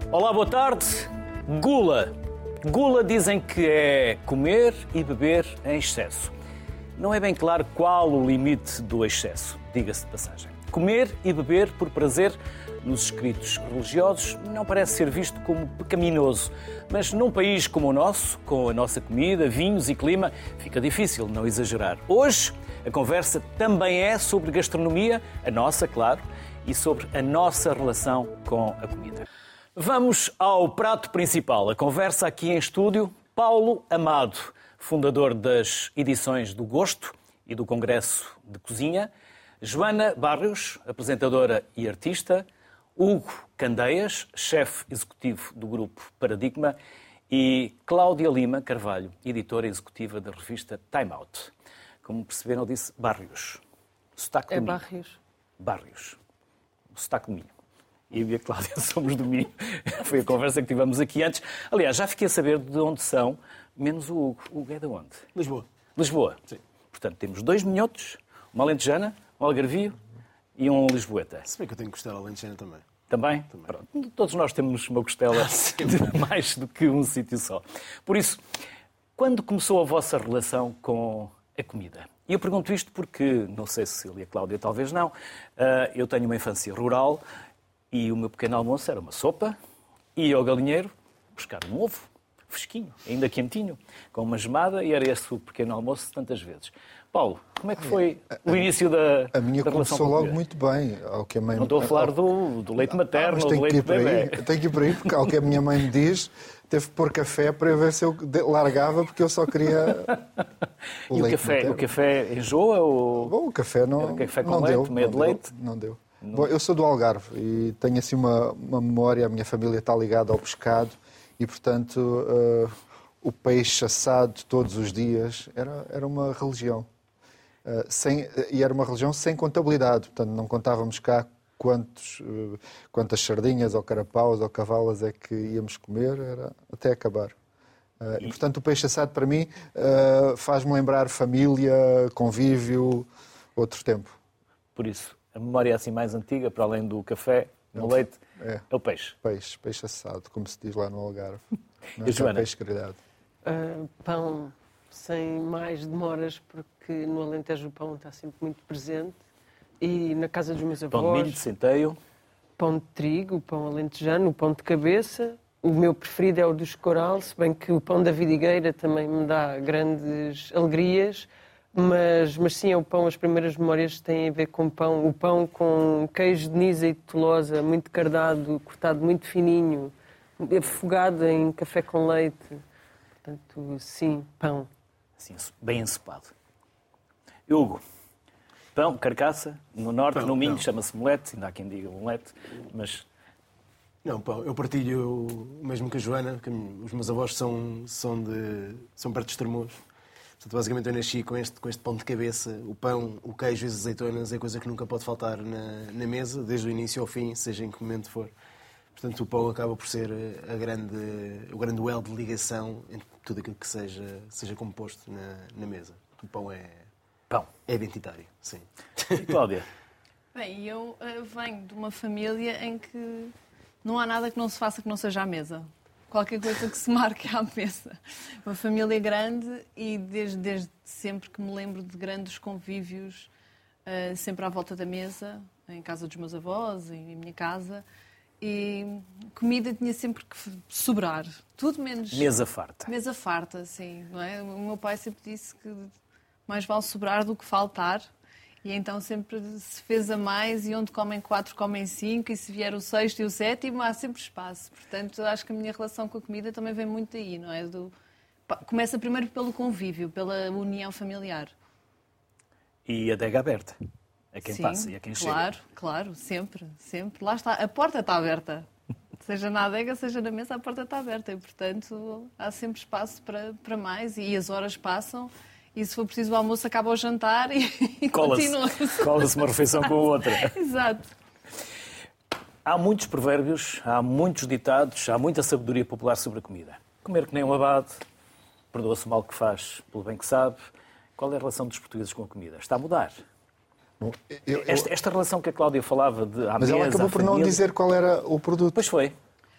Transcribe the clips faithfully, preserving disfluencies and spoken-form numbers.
Olá, boa tarde. Gula. Gula dizem que é comer e beber em excesso. Não é bem claro qual o limite do excesso, diga-se de passagem. Comer e beber por prazer, nos escritos religiosos, não parece ser visto como pecaminoso. Mas num país como o nosso, com a nossa comida, vinhos e clima, fica difícil não exagerar. Hoje, a conversa também é sobre gastronomia, a nossa, claro, e sobre a nossa relação com a comida. Vamos ao prato principal. A conversa aqui em estúdio, Paulo Amado, fundador das edições do Gosto e do Congresso de Cozinha, Joana Barrios, apresentadora e artista, Hugo Candeias, chefe executivo do grupo Paradigma, e Cláudia Lima Carvalho, editora executiva da revista Time Out. Como perceberam, eu disse Barrios. Sotaque é do Minho. Barrios. Barrios. O sotaque do Minho. E eu e a Cláudia somos do Minho. Foi a conversa que tivemos aqui antes. Aliás, já fiquei a saber de onde são, menos o Hugo. O Hugo é de onde? Lisboa. Lisboa. Sim. Portanto, temos dois minhotos, uma alentejana, um algarvio e um lisboeta. Se bem que eu tenho costela alentejana também. Também? Também. Pronto. Todos nós temos uma costela de mais do que um sítio só. Por isso, quando começou a vossa relação com a comida? E eu pergunto isto porque, não sei se Cecília e a Cláudia talvez não, eu tenho uma infância rural e o meu pequeno almoço era uma sopa, ia ao galinheiro buscar um ovo, fresquinho, ainda quentinho, com uma gemada, e era esse o pequeno almoço tantas vezes. Paulo, como é que foi o início da, a minha da relação com a começou logo comida? muito bem. Ao que a mãe... Não estou a falar do, do leite materno ah, ou do leite bebê. Tenho que ir por aí, porque ao que a minha mãe me diz, teve que pôr café para eu ver se eu largava, porque eu só queria o e leite o café, materno. o café enjoa? Ou... Bom, o café não, café com não leite, deu. meio não de deu, leite? Não deu. Não. Bom, eu sou do Algarve e tenho assim uma, uma memória, a minha família está ligada ao pescado e, portanto, uh, o peixe assado todos os dias era, era uma religião. Uh, sem, e era uma religião sem contabilidade, portanto não contávamos cá quantos, uh, quantas sardinhas ou carapaus ou cavalas é que íamos comer, era até acabar. Uh, e, portanto, o peixe assado para mim uh, faz-me lembrar família, convívio, outro tempo. Por isso, a memória assim mais antiga, para além do café, no Não, leite, é. é o peixe. Peixe, peixe assado, como se diz lá no Algarve. Não E é Joana? peixe grelhado. Uh, pão sem mais demoras, porque no Alentejo o pão está sempre muito presente. E na casa dos meus avós... Pão de milho, de centeio. Pão de trigo, o pão alentejano, o pão de cabeça. O meu preferido é o dos coral, se bem que o pão da vidigueira também me dá grandes alegrias. Mas, mas sim, é o pão, as primeiras memórias têm a ver com pão. O pão com queijo de nisa e de tolosa, muito cardado, cortado muito fininho, afogado em café com leite. Portanto, sim, pão. Assim, bem ensopado. Hugo, pão, carcaça, no norte, Pão, no Minho, pão. chama-se molete, ainda há quem diga molete, mas Não, pão. Eu partilho o mesmo que a Joana, que os meus avós são, são, de, são perto de Estremoz. Portanto, basicamente eu nasci com este, com este pão de cabeça. O pão, o queijo e as azeitonas é coisa que nunca pode faltar na, na mesa, desde o início ao fim, seja em que momento for. Portanto, o pão acaba por ser a grande, o grande elo de ligação entre tudo aquilo que seja, seja composto na, na mesa. O pão é, pão. é identitário, sim. E Cláudia? Bem, eu uh, venho de uma família em que não há nada que não se faça que não seja à mesa. Qualquer coisa que se marque à mesa. Uma família grande e desde, desde sempre que me lembro de grandes convívios, uh, sempre à volta da mesa, em casa dos meus avós, em minha casa. E comida tinha sempre que sobrar. Tudo menos... Mesa farta. Mesa farta, sim. Não é? O meu pai sempre disse que mais vale sobrar do que faltar. E então sempre se fez a mais e onde comem quatro, comem cinco. E se vier o sexto e o sétimo, há sempre espaço. Portanto, acho que a minha relação com a comida também vem muito daí, não é? Do... Começa primeiro pelo convívio, pela união familiar. E a adega aberta. A quem Sim, passa e a quem chega. Claro, claro, sempre, sempre. Lá está, a porta está aberta. Seja na adega, seja na mesa, a porta está aberta. E, portanto, há sempre espaço para, para mais. E as horas passam. E, se for preciso, o almoço acaba ao jantar e, e continua-se. Cola-se uma refeição com a outra. Exato. Há muitos provérbios, há muitos ditados, há muita sabedoria popular sobre a comida. Comer que nem um abade, perdoa-se o mal que faz pelo bem que sabe. Qual é a relação dos portugueses com a comida? Está a mudar. Bom, eu, eu... Esta, esta relação que a Cláudia falava de à Mas mesa, ela acabou à por família... não dizer qual era o produto. Pois foi.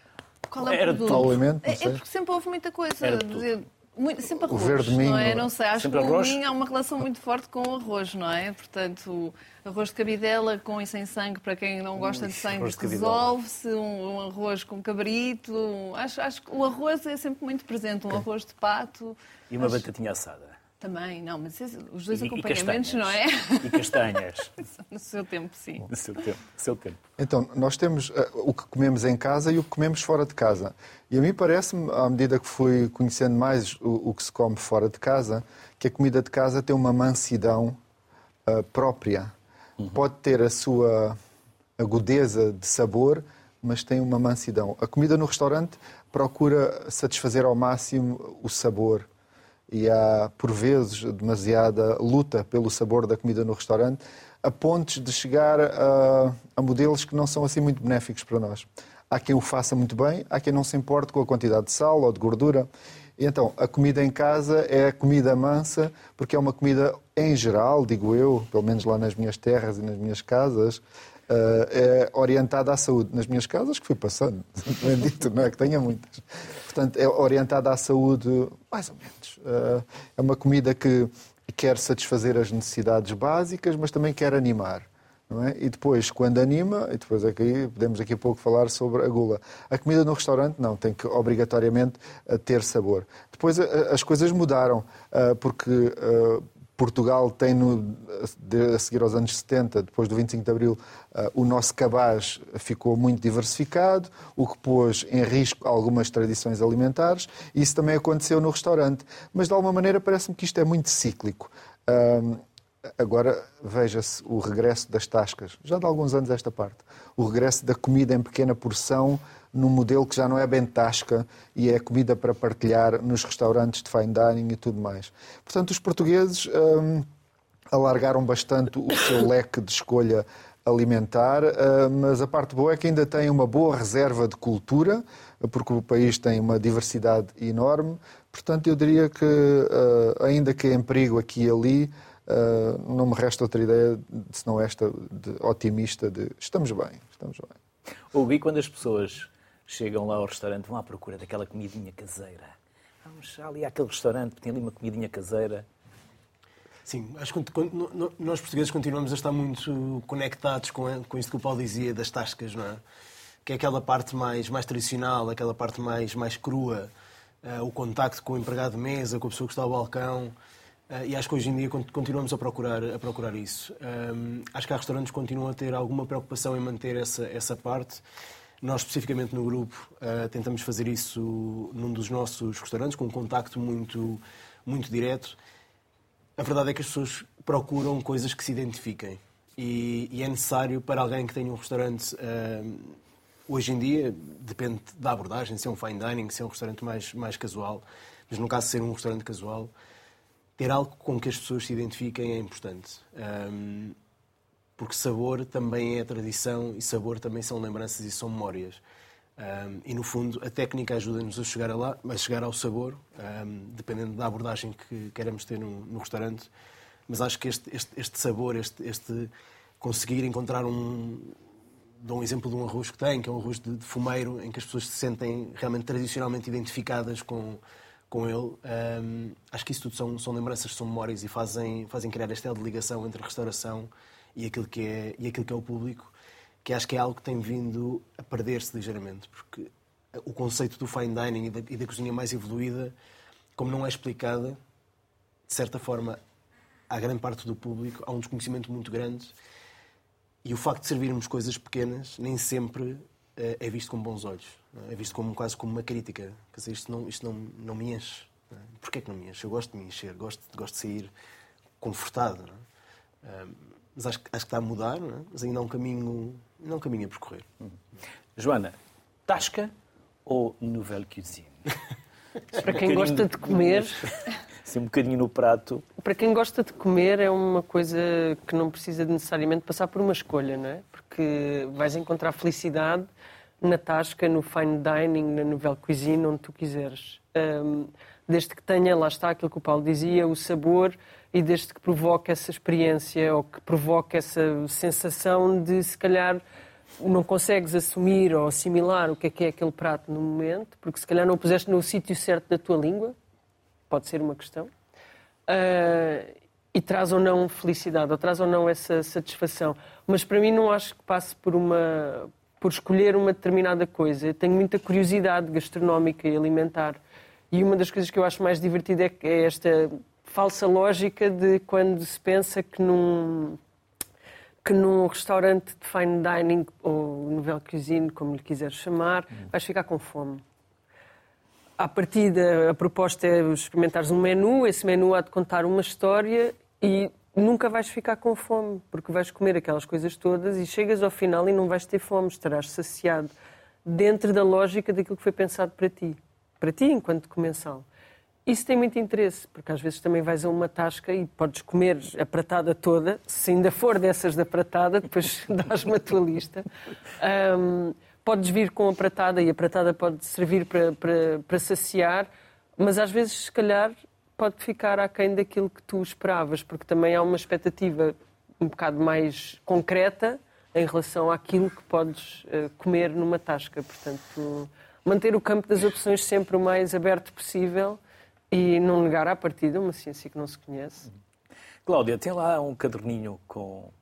Qual é o Era produto? tudo. Alimento, não É, sei. é porque sempre houve muita coisa. Era de- muito- sempre arroz, verde não minho. é? Não sei, acho Sempre que o arroz? minho há uma relação muito forte com o arroz, não é? Portanto, arroz de cabidela com e sem sangue, para quem não gosta de Ui, sangue, arroz de cabidela. resolve-se. Um, um arroz com cabrito. um- Acho, acho que o arroz é sempre muito presente. Um arroz de pato. E uma Acho- batatinha assada. Também, não, mas esse- os dois E- e acompanhamentos, não é? E castanhas. No seu tempo, sim. No seu tempo. no seu tempo. Então, nós temos uh, o que comemos em casa e o que comemos fora de casa. E a mim parece-me, à medida que fui conhecendo mais o, o que se come fora de casa, que a comida de casa tem uma mansidão uh, própria. Uhum. Pode ter a sua agudeza de sabor, mas tem uma mansidão. A comida no restaurante procura satisfazer ao máximo o sabor. E há, por vezes, demasiada luta pelo sabor da comida no restaurante, a pontos de chegar a, a modelos que não são assim muito benéficos para nós. Há quem o faça muito bem, há quem não se importe com a quantidade de sal ou de gordura. E então, a comida em casa é a comida mansa, porque é uma comida, em geral, digo eu, pelo menos lá nas minhas terras e nas minhas casas, é orientada à saúde. Nas minhas casas, que fui passando, bendito, não é que tenha muitas. Portanto, é orientada à saúde, mais ou menos. É uma comida que quer satisfazer as necessidades básicas, mas também quer animar. Não é? E depois, quando anima, e depois aqui, podemos daqui a pouco falar sobre a gula. A comida no restaurante não, tem que obrigatoriamente ter sabor. Depois as coisas mudaram, porque Portugal tem, no, a seguir aos anos setenta, depois do vinte e cinco de Abril, o nosso cabaz ficou muito diversificado, o que pôs em risco algumas tradições alimentares, e isso também aconteceu no restaurante. Mas, de alguma maneira, parece-me que isto é muito cíclico. Agora, veja-se o regresso das tascas, já de alguns anos esta parte. O regresso da comida em pequena porção, num modelo que já não é bem tasca e é comida para partilhar nos restaurantes de fine dining e tudo mais. Portanto, os portugueses hum, alargaram bastante o seu leque de escolha alimentar, hum, mas a parte boa é que ainda tem uma boa reserva de cultura, porque o país tem uma diversidade enorme. Portanto, eu diria que, uh, ainda que em perigo aqui e ali, uh, não me resta outra ideia, senão esta de otimista, de estamos bem, estamos bem. Ouvi quando as pessoas chegam lá ao restaurante, vão à procura daquela comidinha caseira. Vamos ali àquele restaurante, tem ali uma comidinha caseira. Sim, acho que nós portugueses continuamos a estar muito conectados com, com isto que o Paulo dizia das tascas, não é? Que é aquela parte mais, mais tradicional, aquela parte mais, mais crua, uh, o contacto com o empregado de mesa, com a pessoa que está ao balcão. Uh, e acho que hoje em dia continuamos a procurar, a procurar isso. Um, acho que há restaurantes que continuam a ter alguma preocupação em manter essa, essa parte. Nós, especificamente no grupo, uh, tentamos fazer isso num dos nossos restaurantes, com um contacto muito, muito direto. A verdade é que as pessoas procuram coisas que se identifiquem. E, e é necessário para alguém que tenha um restaurante, uh, hoje em dia, depende da abordagem, se é um fine dining, se é um restaurante mais, mais casual, mas no caso de ser um restaurante casual, ter algo com que as pessoas se identifiquem é importante. Um, porque sabor também é tradição e sabor também são lembranças e são memórias. Um, e, no fundo, a técnica ajuda-nos a chegar, a lá, a chegar ao sabor, um, dependendo da abordagem que queremos ter no, no restaurante. Mas acho que este, este, este sabor, este, este conseguir encontrar um... Dou um exemplo de um arroz que tem, que é um arroz de, de fumeiro, em que as pessoas se sentem realmente tradicionalmente identificadas com, com ele. Um, acho que isso tudo são, são lembranças, são memórias e fazem, fazem criar esta ligação entre a restauração e aquilo que é, e aquilo que é o público, que acho que é algo que tem vindo a perder-se ligeiramente, porque o conceito do fine dining e da, e da cozinha mais evoluída, como não é explicada, de certa forma, à grande parte do público, há um desconhecimento muito grande, e o facto de servirmos coisas pequenas nem sempre é, é visto com bons olhos, não é? É visto como, quase como uma crítica. Quer dizer, isto não, isto não, não me enche. Não é? Porquê que não me enche? Eu gosto de me encher, gosto, gosto de sair confortado. Não é? Um, mas acho, acho que está a mudar, não é? Mas ainda há um caminho, ainda há um caminho a percorrer. Uhum. Joana, tasca ou nouvelle cuisine? Para quem gosta de comer... Sim, um bocadinho no prato. Para quem gosta de comer é uma coisa que não precisa de necessariamente passar por uma escolha, não é? Porque vais encontrar felicidade na tasca, no fine dining, na nouvelle cuisine, onde tu quiseres. Um, desde que tenha, lá está aquilo que o Paulo dizia, o sabor, e desde que provoque essa experiência ou que provoque essa sensação de, se calhar, não consegues assumir ou assimilar o que é que é aquele prato no momento, porque se calhar não o puseste no sítio certo da tua língua, pode ser uma questão, uh, e traz ou não felicidade, ou traz ou não essa satisfação. Mas para mim não acho que passe por, uma, por escolher uma determinada coisa. Eu tenho muita curiosidade gastronómica e alimentar. E uma das coisas que eu acho mais divertida é, é esta falsa lógica de quando se pensa que num, que num restaurante de fine dining ou nouvelle cuisine, como lhe quiseres chamar, hum. vais ficar com fome. À partida, a proposta é experimentares um menu, esse menu há de contar uma história e nunca vais ficar com fome, porque vais comer aquelas coisas todas e chegas ao final e não vais ter fome, estarás saciado dentro da lógica daquilo que foi pensado para ti. Para ti, enquanto comensal. Isso tem muito interesse, porque às vezes também vais a uma tasca e podes comer a pratada toda, se ainda for dessas da pratada, depois dás-me a tua lista. Um, podes vir com a pratada e a pratada pode servir para, para, para saciar, mas às vezes, se calhar, pode ficar aquém daquilo que tu esperavas, porque também há uma expectativa um bocado mais concreta em relação àquilo que podes uh, comer numa tasca. Portanto, manter o campo das opções sempre o mais aberto possível e não negar à partida uma ciência que não se conhece. Cláudia, tem lá um caderninho com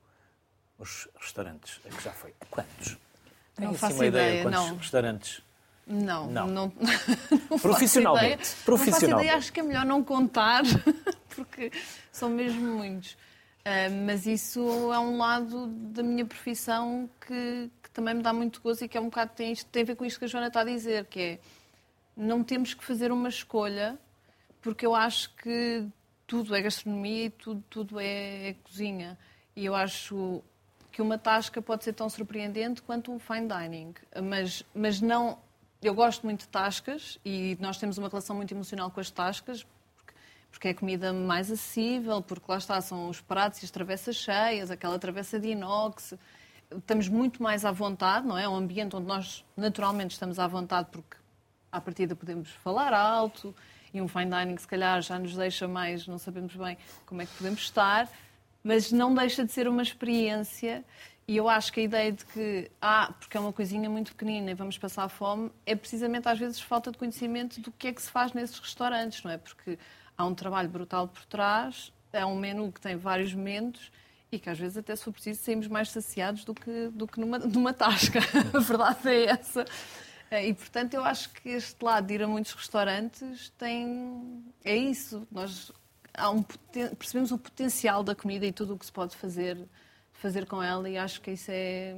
os restaurantes a que já foi. Quantos? Tem não assim faço uma ideia, ideia quantos não. restaurantes? Não, não, não, não profissionalmente. Faço ideia. profissionalmente. Não faço ideia, acho que é melhor não contar, porque são mesmo muitos. Uh, mas isso é um lado da minha profissão que, que também me dá muito gozo e que é um bocado, tem, isto, tem a ver com isto que a Joana está a dizer, que é, não temos que fazer uma escolha, porque eu acho que tudo é gastronomia e tudo, tudo é, é cozinha. E eu acho que uma tasca pode ser tão surpreendente quanto um fine dining. Mas, mas não... Eu gosto muito de tascas e nós temos uma relação muito emocional com as tascas, porque, porque é comida mais acessível, porque lá está, são os pratos e as travessas cheias, aquela travessa de inox. Estamos muito mais à vontade, não é? É um ambiente onde nós naturalmente estamos à vontade porque à partida podemos falar alto e um fine dining se calhar já nos deixa mais, não sabemos bem como é que podemos estar, mas não deixa de ser uma experiência. E eu acho que a ideia de que, ah, porque é uma coisinha muito pequenina e vamos passar fome, é precisamente às vezes falta de conhecimento do que é que se faz nesses restaurantes, não é? Porque há um trabalho brutal por trás, é um menu que tem vários momentos e que às vezes até se for preciso saímos mais saciados do que, do que numa, numa tasca. A verdade é essa. E portanto eu acho que este lado de ir a muitos restaurantes tem... é isso. Nós há um, percebemos o potencial da comida e tudo o que se pode fazer... fazer com ela e acho que isso é,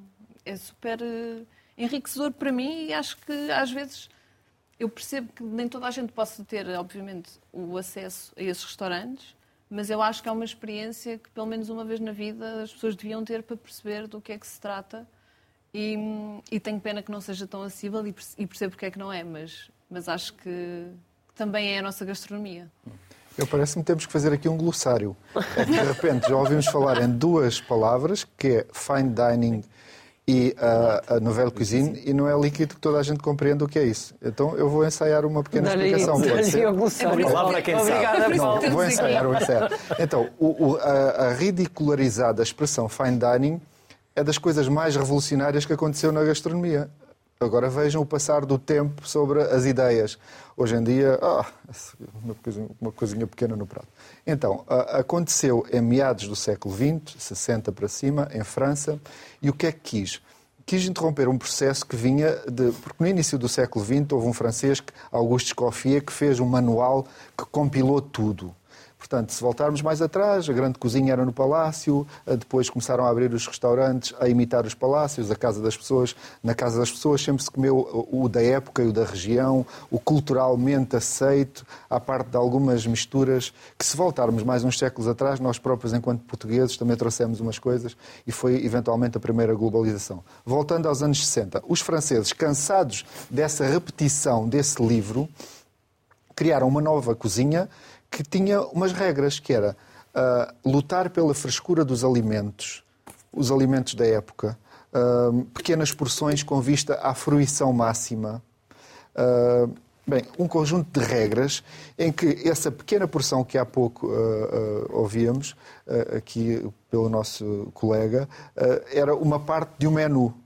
é super enriquecedor para mim e acho que às vezes eu percebo que nem toda a gente possa ter, obviamente, o acesso a esses restaurantes, mas eu acho que é uma experiência que pelo menos uma vez na vida as pessoas deviam ter para perceber do que é que se trata e, e tenho pena que não seja tão acessível e percebo porque é que não é, mas, mas acho que também é a nossa gastronomia. Eu parece-me que temos que fazer aqui um glossário. É que, de repente, já ouvimos falar em duas palavras, que é fine dining e a, a nouvelle cuisine, e não é líquido que toda a gente compreende o que é isso. Então, eu vou ensaiar uma pequena Dá-lhe explicação. aí, Pode dá-lhe ser? o glossário. A palavra quem sabe. Obrigada, Não, Paulo. vou ensaiar, vou ensaiar. Então, o, o, a, a ridicularizada expressão fine dining é das coisas mais revolucionárias que aconteceu na gastronomia. Agora vejam o passar do tempo sobre as ideias. Hoje em dia, ah, uma, coisinha, uma coisinha pequena no prato. Então, aconteceu em meados do século vinte, sessenta para cima, em França, e o que é que quis? Quis interromper um processo que vinha de... Porque no início do século vinte houve um francês, Auguste Escoffier, que fez um manual que compilou tudo. Portanto, se voltarmos mais atrás, a grande cozinha era no palácio, depois começaram a abrir os restaurantes a imitar os palácios, a casa das pessoas. Na casa das pessoas sempre se comeu o da época e o da região, o culturalmente aceito, à parte de algumas misturas, que se voltarmos mais uns séculos atrás, nós próprios, enquanto portugueses, também trouxemos umas coisas e foi eventualmente a primeira globalização. Voltando aos anos sessenta, os franceses, cansados dessa repetição desse livro, criaram uma nova cozinha que tinha umas regras, que era uh, lutar pela frescura dos alimentos, os alimentos da época, uh, pequenas porções com vista à fruição máxima. Uh, bem, um conjunto de regras em que essa pequena porção que há pouco uh, uh, ouvíamos, uh, aqui pelo nosso colega, uh, era uma parte de um menu.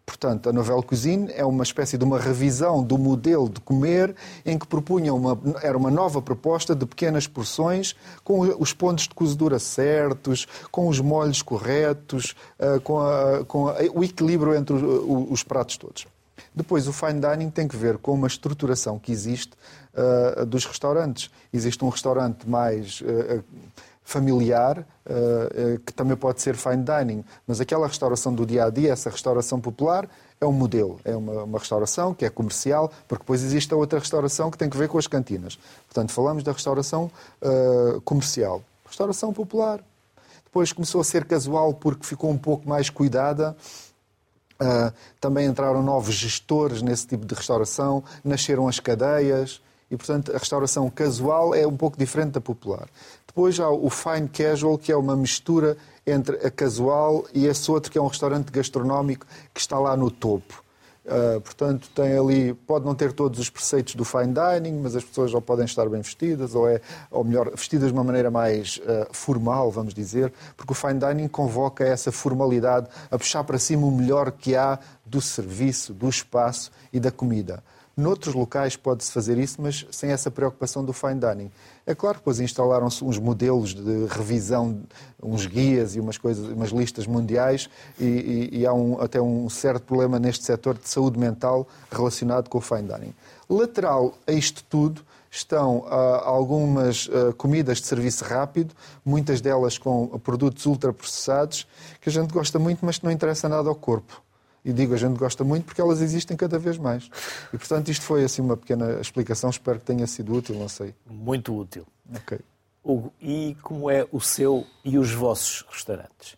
Portanto, a Nouvelle Cuisine é uma espécie de uma revisão do modelo de comer em que propunha uma, era uma nova proposta de pequenas porções, com os pontos de cozedura certos, com os molhos corretos, com, a, com a, o equilíbrio entre os, os pratos todos. Depois, o fine dining tem que ver com uma estruturação que existe uh, dos restaurantes. Existe um restaurante mais uh, familiar, uh, uh, que também pode ser fine dining, mas aquela restauração do dia-a-dia, essa restauração popular, é um modelo. É uma, uma restauração que é comercial, porque depois existe a outra restauração que tem que ver com as cantinas. Portanto, falamos da restauração uh, comercial. Restauração popular. Depois começou a ser casual porque ficou um pouco mais cuidada. Uh, também entraram novos gestores nesse tipo de restauração, nasceram as cadeias e, portanto, a restauração casual é um pouco diferente da popular. Depois há o fine casual, que é uma mistura entre a casual e esse outro, que é um restaurante gastronómico que está lá no topo. Uh, portanto, tem ali, pode não ter todos os preceitos do fine dining, mas as pessoas ou podem estar bem vestidas, ou, é, ou melhor, vestidas de uma maneira mais uh, formal, vamos dizer, porque o fine dining convoca essa formalidade, a puxar para cima o melhor que há do serviço, do espaço e da comida. Noutros locais pode-se fazer isso, mas sem essa preocupação do fine dining. É claro que depois instalaram-se uns modelos de revisão, uns guias e umas coisas, umas listas mundiais e, e, e há um, até um certo problema neste setor de saúde mental relacionado com o fine dining. Lateral a isto tudo estão uh, algumas uh, comidas de serviço rápido, muitas delas com produtos ultraprocessados, que a gente gosta muito, mas que não interessa nada ao corpo. E digo, a gente gosta muito porque elas existem cada vez mais. E, portanto, isto foi assim uma pequena explicação. Espero que tenha sido útil, não sei. Muito útil. Ok. Hugo, e como é o seu e os vossos restaurantes?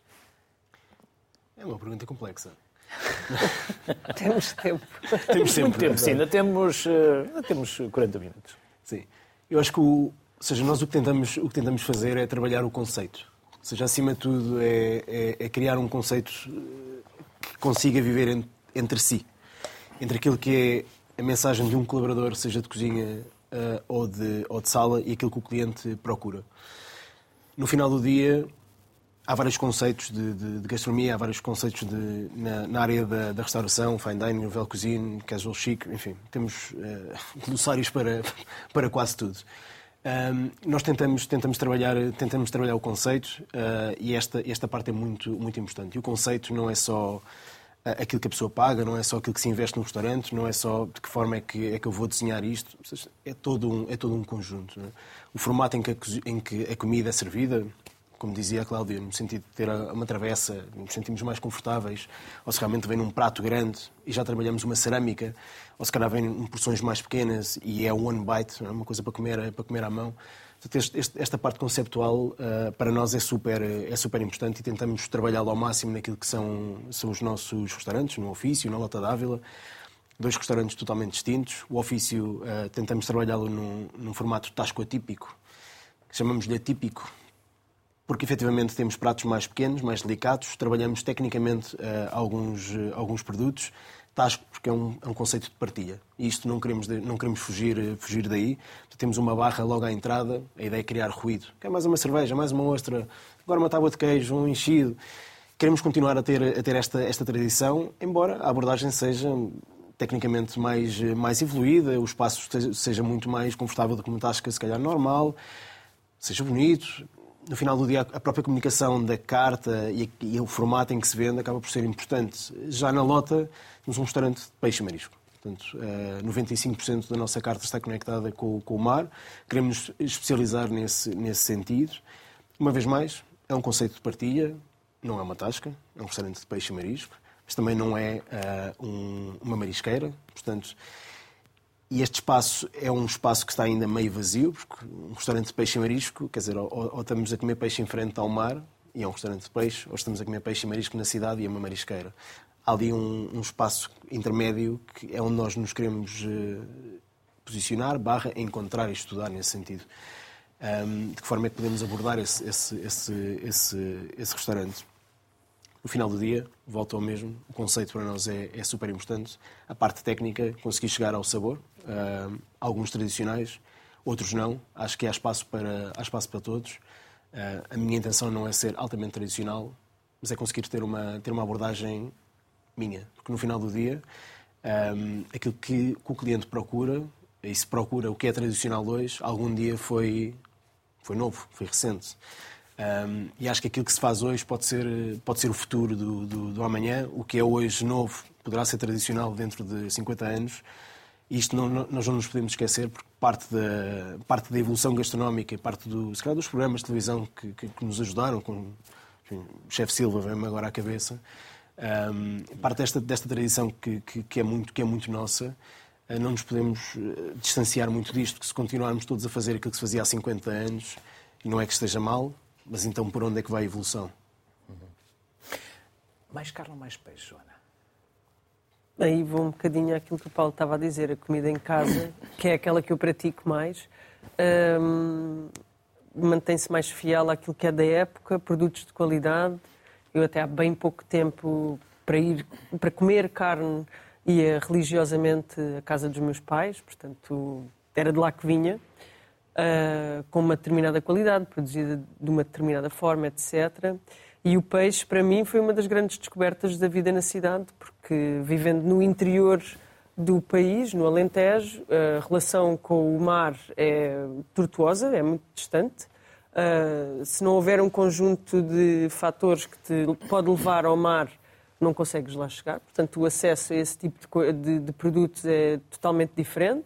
É uma pergunta complexa. Temos tempo. Temos sempre Muito tempo, sim. Ainda temos, uh, ainda temos quarenta minutos. Sim. Eu acho que, o, ou seja, nós o que, tentamos, o que tentamos fazer é trabalhar o conceito. Ou seja, acima de tudo, é, é, é criar um conceito que consiga viver entre si. Entre aquilo que é a mensagem de um colaborador, seja de cozinha uh, ou, de, ou de sala, e aquilo que o cliente procura. No final do dia, há vários conceitos de, de, de gastronomia, há vários conceitos de, na, na área da, da restauração, fine dining, nouvelle cuisine, casual chic, enfim, temos uh, glossários para, para quase tudo. Um, nós tentamos, tentamos, trabalhar, tentamos trabalhar o conceito uh, e esta, esta parte é muito, muito importante. E o conceito não é só uh, aquilo que a pessoa paga, não é só aquilo que se investe no restaurante, não é só de que forma é que, é que eu vou desenhar isto. É todo um, é todo um conjunto. Não é? O formato em que, a, em que a comida é servida, como dizia a Cláudia, no sentido de ter uma travessa, nos sentimos mais confortáveis, ou se realmente vem num prato grande e já trabalhamos uma cerâmica, ou se calhar vem em porções mais pequenas e é one bite, é uma coisa para comer, para comer à mão. Portanto, este, esta parte conceptual uh, para nós é super, é super importante e tentamos trabalhá-lo ao máximo naquilo que são, são os nossos restaurantes, no Ofício, na Lota d'Ávila. Dois restaurantes totalmente distintos. O Ofício uh, tentamos trabalhá-lo num, num formato tasco atípico, chamamos-lhe atípico, porque efetivamente temos pratos mais pequenos, mais delicados, trabalhamos tecnicamente uh, alguns, uh, alguns produtos, tasco porque é um, é um conceito de partilha. E isto não queremos, de, não queremos fugir, uh, fugir daí. Então, temos uma barra logo à entrada, a ideia é criar ruído. Quer mais uma cerveja, mais uma ostra, agora uma tábua de queijo, um enchido. Queremos continuar a ter, a ter esta, esta tradição, embora a abordagem seja tecnicamente mais, mais evoluída, o espaço seja muito mais confortável do que uma tasca, se calhar, normal, seja bonito. No final do dia, a própria comunicação da carta e, e o formato em que se vende acaba por ser importante. Já na Lota, temos um restaurante de peixe e marisco. Portanto, noventa e cinco por cento da nossa carta está conectada com, com o mar. Queremos nos especializar nesse, nesse sentido. Uma vez mais, é um conceito de partilha, não é uma tasca, é um restaurante de peixe e marisco, mas também não é uh, um, uma marisqueira. Portanto, e este espaço é um espaço que está ainda meio vazio, porque um restaurante de peixe e marisco, quer dizer, ou, ou estamos a comer peixe em frente ao mar, e é um restaurante de peixe, ou estamos a comer peixe e marisco na cidade e é uma marisqueira. Há ali um, um espaço intermédio que é onde nós nos queremos uh, posicionar, barra, encontrar e estudar nesse sentido. Um, de que forma é que podemos abordar esse, esse, esse, esse, esse restaurante? No final do dia, volto ao mesmo, o conceito para nós é, é super importante. A parte técnica, conseguir chegar ao sabor. Uh, alguns tradicionais, outros não. Acho que há espaço para, há espaço para todos. Uh, a minha intenção não é ser altamente tradicional, mas é conseguir ter uma, ter uma abordagem minha. Porque no final do dia, um, aquilo que, que o cliente procura, e se procura o que é tradicional hoje, algum dia foi, foi novo, foi recente. Um, e acho que aquilo que se faz hoje pode ser, pode ser o futuro do, do, do amanhã. O que é hoje novo poderá ser tradicional dentro de cinquenta anos. E isto não, não, nós não nos podemos esquecer, porque parte da, parte da evolução gastronómica e parte do, se calhar, dos programas de televisão que, que, que nos ajudaram, com enfim, o chefe Silva vem-me agora à cabeça, um, parte desta, desta tradição que, que, que, é muito, que é muito nossa, uh, não nos podemos uh, distanciar muito disto, porque se continuarmos todos a fazer aquilo que se fazia há cinquenta anos, e não é que esteja mal, mas então por onde é que vai a evolução? Uhum. Mais carne ou mais peixe, Joana? Aí vou um bocadinho àquilo que o Paulo estava a dizer, a comida em casa, que é aquela que eu pratico mais, hum, mantém-se mais fiel àquilo que é da época, produtos de qualidade. Eu até há bem pouco tempo, para ir para comer carne, ia religiosamente à casa dos meus pais, portanto era de lá que vinha, uh, com uma determinada qualidade, produzida de uma determinada forma, etcétera. E o peixe, para mim, foi uma das grandes descobertas da vida na cidade, porque vivendo no interior do país, no Alentejo, a relação com o mar é tortuosa, é muito distante. Uh, se não houver um conjunto de fatores que te pode levar ao mar, não consegues lá chegar. Portanto, o acesso a esse tipo de, de, de produtos é totalmente diferente.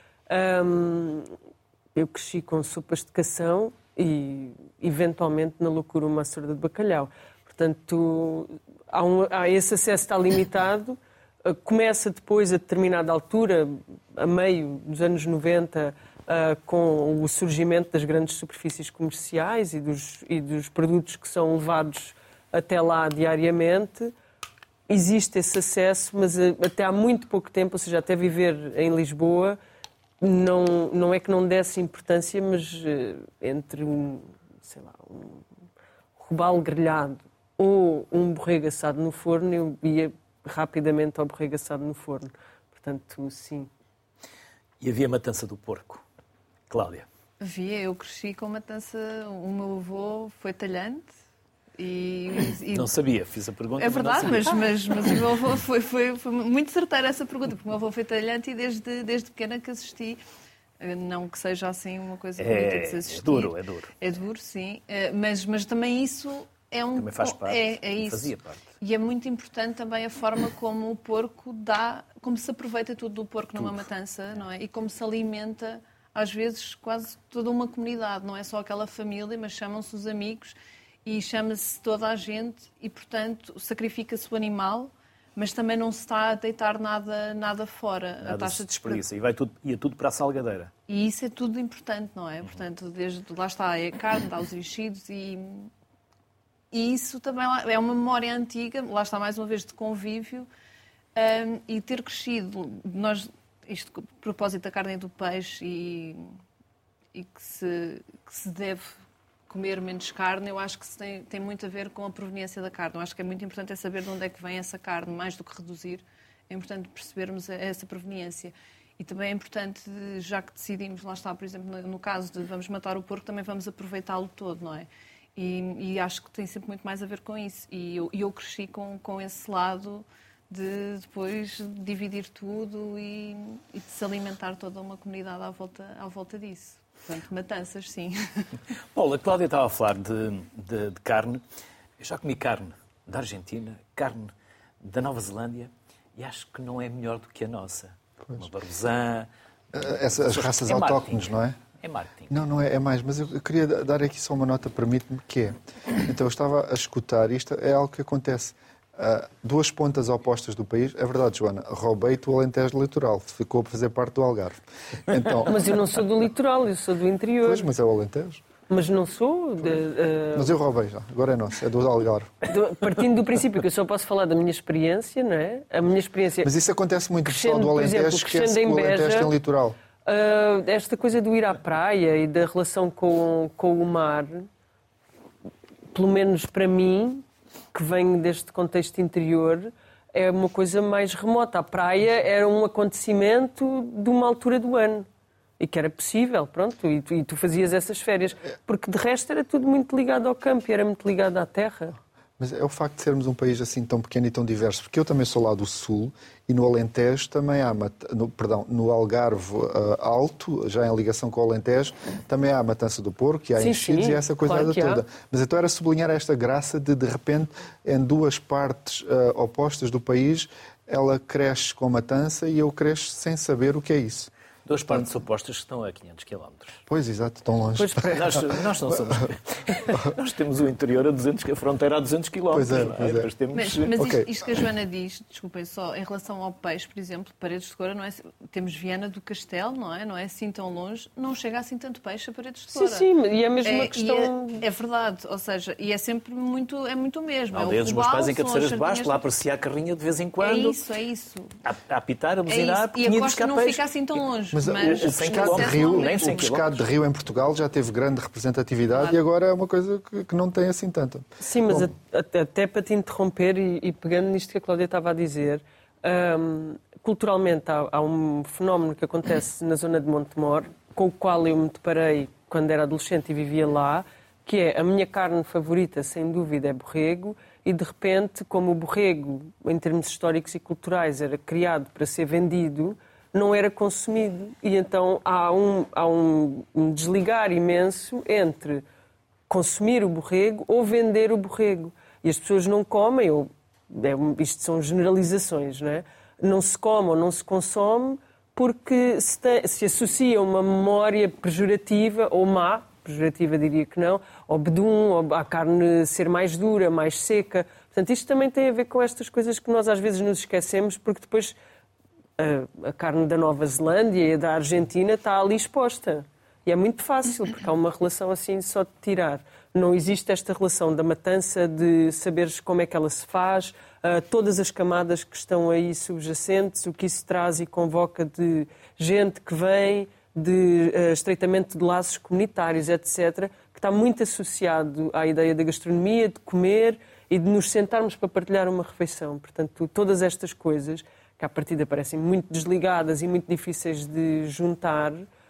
Um, eu cresci com sopas de cação e, eventualmente, na loucura, uma açorda de bacalhau. Portanto, há, um, há esse acesso está limitado. Começa depois, a determinada altura, a meio dos anos noventa, uh, com o surgimento das grandes superfícies comerciais e dos, e dos produtos que são levados até lá diariamente. Existe esse acesso, mas até há muito pouco tempo, ou seja, até viver em Lisboa, Não, não é que não desse importância, mas uh, entre um, sei lá, um robalo grelhado ou um borrego assado no forno, eu ia rapidamente ao borrego assado no forno. Portanto, sim. E havia matança do porco. Cláudia? Havia, eu cresci com matança. O meu avô foi talhante. E, e... Não sabia, fiz a pergunta. É verdade, mas, mas, mas, mas o meu avô foi, foi, foi muito certeira essa pergunta, porque o meu avô foi talhante e desde, desde pequena que assisti. Não que seja assim uma coisa bonita de se assistir. É duro, é duro. É duro, sim. Mas, mas também isso é um... Também faz parte. É, é isso. Fazia parte. E é muito importante também a forma como o porco dá, como se aproveita tudo do porco tudo. Numa matança, não é? E como se alimenta, às vezes, quase toda uma comunidade. Não é só aquela família, mas chamam-se os amigos e chama-se toda a gente e, portanto, sacrifica-se o animal, mas também não se está a deitar nada, nada fora. Nada a taxa se de desperdiça. E vai tudo, ia tudo para a salgadeira. E isso é tudo importante, não é? Uhum. Portanto, desde lá está a carne, dá os enchidos e, e isso também é uma memória antiga, lá está mais uma vez de convívio um, e ter crescido, nós, isto a propósito da carne e do peixe e, e que, se, que se deve comer menos carne, eu acho que isso tem, tem muito a ver com a proveniência da carne. Eu acho que é muito importante é saber de onde é que vem essa carne, mais do que reduzir. É importante percebermos essa proveniência. E também é importante, já que decidimos, lá está, por exemplo, no caso de vamos matar o porco, também vamos aproveitá-lo todo, não é? E, e acho que tem sempre muito mais a ver com isso. E eu, eu cresci com, com esse lado de depois dividir tudo e, e de se alimentar toda uma comunidade à volta, à volta disso. Portanto, matanças, sim. Paula, a Cláudia estava a falar de, de, de carne. Eu já comi carne da Argentina, carne da Nova Zelândia, e acho que não é melhor do que a nossa. Pois. Uma barbusã... Essa, as raças é autóctones, não é? É marketing. Não, não é, é mais, mas eu, eu queria dar aqui só uma nota, permite-me, que é... Então, eu estava a escutar, isto é algo que acontece... Uh, duas pontas opostas do país. É verdade, Joana, roubei-te o Alentejo litoral, ficou a fazer parte do Algarve. Então... Mas eu não sou do litoral, eu sou do interior. Pois, mas é o Alentejo. Mas não sou. De, uh... Mas eu roubei já, agora é nosso, é do Algarve. Partindo do princípio que eu só posso falar da minha experiência, não é? A minha experiência... Mas isso acontece muito, pessoal do Alentejo, esquece que o Alentejo tem litoral. Uh, esta coisa do ir à praia e da relação com, com o mar, pelo menos para mim, que vem deste contexto interior, é uma coisa mais remota. A praia era um acontecimento de uma altura do ano e que era possível, pronto, e tu, e tu fazias essas férias, porque de resto era tudo muito ligado ao campo e era muito ligado à terra. Mas é o facto de sermos um país assim tão pequeno e tão diverso, porque eu também sou lá do Sul e no Alentejo também há, no, perdão, no Algarve uh, Alto, já em ligação com o Alentejo, também há a matança do porco e há sim, enchidos sim, e essa coisa claro toda. há. Mas então era sublinhar esta graça de, de repente, em duas partes uh, opostas do país, ela cresce com a matança e eu cresço sem saber o que é isso. Duas partes opostas que estão a quinhentos quilómetros. Pois, exato, tão longe. Pois, Nós, nós não somos. Nós temos o interior a duzentos, a fronteira a duzentos quilómetros. Pois é, pois é. Depois temos... Mas, mas Ok. isto, isto que a Joana diz, desculpem só, em relação ao peixe, por exemplo, Paredes de Coura, não é, temos Viana do Castelo, não é? Não é assim tão longe, não chega assim tanto peixe a Paredes de Sim, Coura. sim, e é mesmo uma É, questão... e é, é verdade, ou seja, e é sempre muito, é muito o mesmo. Aldeias é dos o meus robalo, pais em são cabeceiras as de baixo, sardinhas- lá aparecia a carrinha de vez em É quando, isso, é isso. a, a apitar, a É buzinar, isso. porque E a tinha de costa buscar não peixe. fica assim tão longe. Mas, Mas, o, o cem pescado de quilómetros, rio, nem cem o pescado de rio em Portugal já teve grande representatividade Claro. e agora é uma coisa que, que não tem assim tanta. Sim, mas Bom, a- até, até para te interromper e, e pegando nisto que a Cláudia estava a dizer, hum, culturalmente há, há um fenómeno que acontece na zona de Montemor, com o qual eu me deparei quando era adolescente e vivia lá, que é a minha carne favorita, sem dúvida, é borrego, e de repente, como o borrego, em termos históricos e culturais, era criado para ser vendido, não era consumido. E então há um, há um, um desligar imenso entre consumir o borrego ou vender o borrego. E as pessoas não comem, ou, é, isto são generalizações, não é? Não se come ou não se consome porque se, tem, se associa uma memória pejorativa ou má, pejorativa diria que não, ao bedum, ou à carne ser mais dura, mais seca. Portanto, isto também tem a ver com estas coisas que nós às vezes nos esquecemos, porque depois a, a carne da Nova Zelândia e da Argentina está ali exposta. E é muito fácil, porque há uma relação assim só de tirar. Não existe esta relação da matança, de saberes como é que ela se faz, uh, todas as camadas que estão aí subjacentes, o que isso traz e convoca de gente que vem, de uh, estreitamento de laços comunitários, etcétera, que está muito associado à ideia da gastronomia, de comer e de nos sentarmos para partilhar uma refeição. Portanto, todas estas coisas, que à partida parecem muito desligadas e muito difíceis de juntar,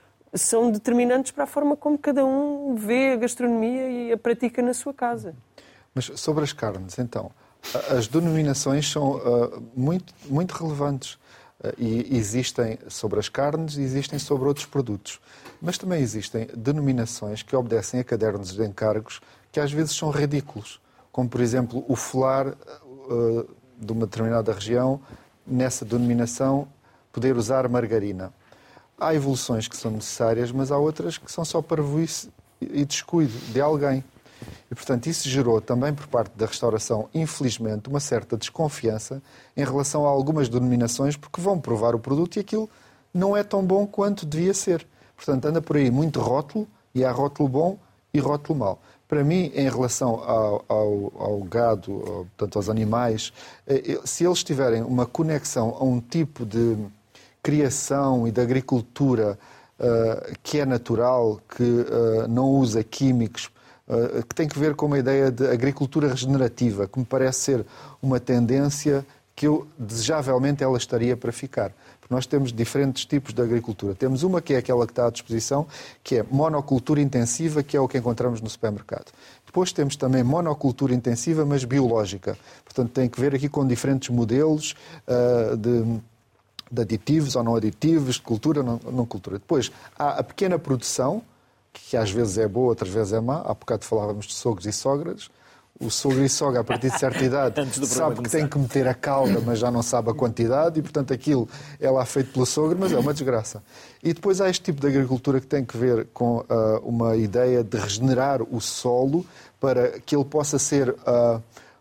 são determinantes para a forma como cada um vê a gastronomia e a pratica na sua casa. Mas sobre as carnes, então, as denominações são uh, muito, muito relevantes. Uh, e existem sobre as carnes e existem sobre outros produtos. Mas também existem denominações que obedecem a cadernos de encargos que às vezes são ridículos. Como, por exemplo, o folar uh, de uma determinada região, nessa denominação, poder usar margarina. Há evoluções que são necessárias, mas há outras que são só parvoíce e descuido de alguém. E, portanto, isso gerou também por parte da restauração, infelizmente, uma certa desconfiança em relação a algumas denominações, porque vão provar o produto e aquilo não é tão bom quanto devia ser. Portanto, anda por aí muito rótulo, e há rótulo bom e rótulo mau. Para mim, em relação ao, ao, ao gado, ao, portanto, aos animais, se eles tiverem uma conexão a um tipo de criação e de agricultura uh, que é natural, que uh, não usa químicos, uh, que tem que ver com uma ideia de agricultura regenerativa, que me parece ser uma tendência que eu, desejavelmente, ela estaria para ficar. Porque nós temos diferentes tipos de agricultura. Temos uma que é aquela que está à disposição, que é monocultura intensiva, que é o que encontramos no supermercado. Depois temos também monocultura intensiva, mas biológica. Portanto, tem que ver aqui com diferentes modelos uh, de... de aditivos ou não aditivos, de cultura ou não, não cultura. Depois, há a pequena produção, que às vezes é boa, outras vezes é má. Há bocado falávamos de sogros e sogras. O sogro e sogra, a partir de certa idade, sabe que tem que meter a calda, mas já não sabe a quantidade, e, portanto, aquilo é lá feito pelo sogro, mas é uma desgraça. E depois há este tipo de agricultura que tem que ver com uh, uma ideia de regenerar o solo para que ele possa ser... Uh,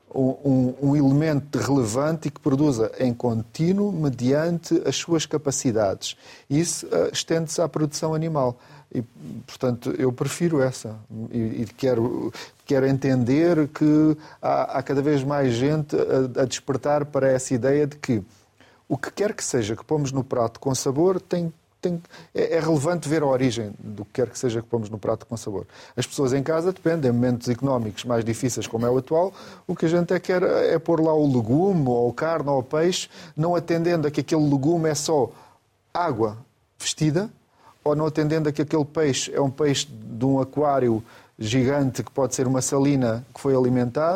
Um, um elemento relevante e que produza em contínuo mediante as suas capacidades. E isso uh, estende-se à produção animal. E, portanto, eu prefiro essa. E, e quero, quero entender que há, há cada vez mais gente a, a despertar para essa ideia de que o que quer que seja que pomos no prato com sabor tem Tem, é, é relevante ver a origem do que quer que seja que pomos no prato com sabor. As pessoas em casa dependem, em momentos económicos mais difíceis como é o atual, o que a gente é quer é pôr lá o legume, ou a carne, ou o peixe, não atendendo a que aquele legume é só água vestida, ou não atendendo a que aquele peixe é um peixe de um aquário gigante que pode ser uma salina que foi alimentado,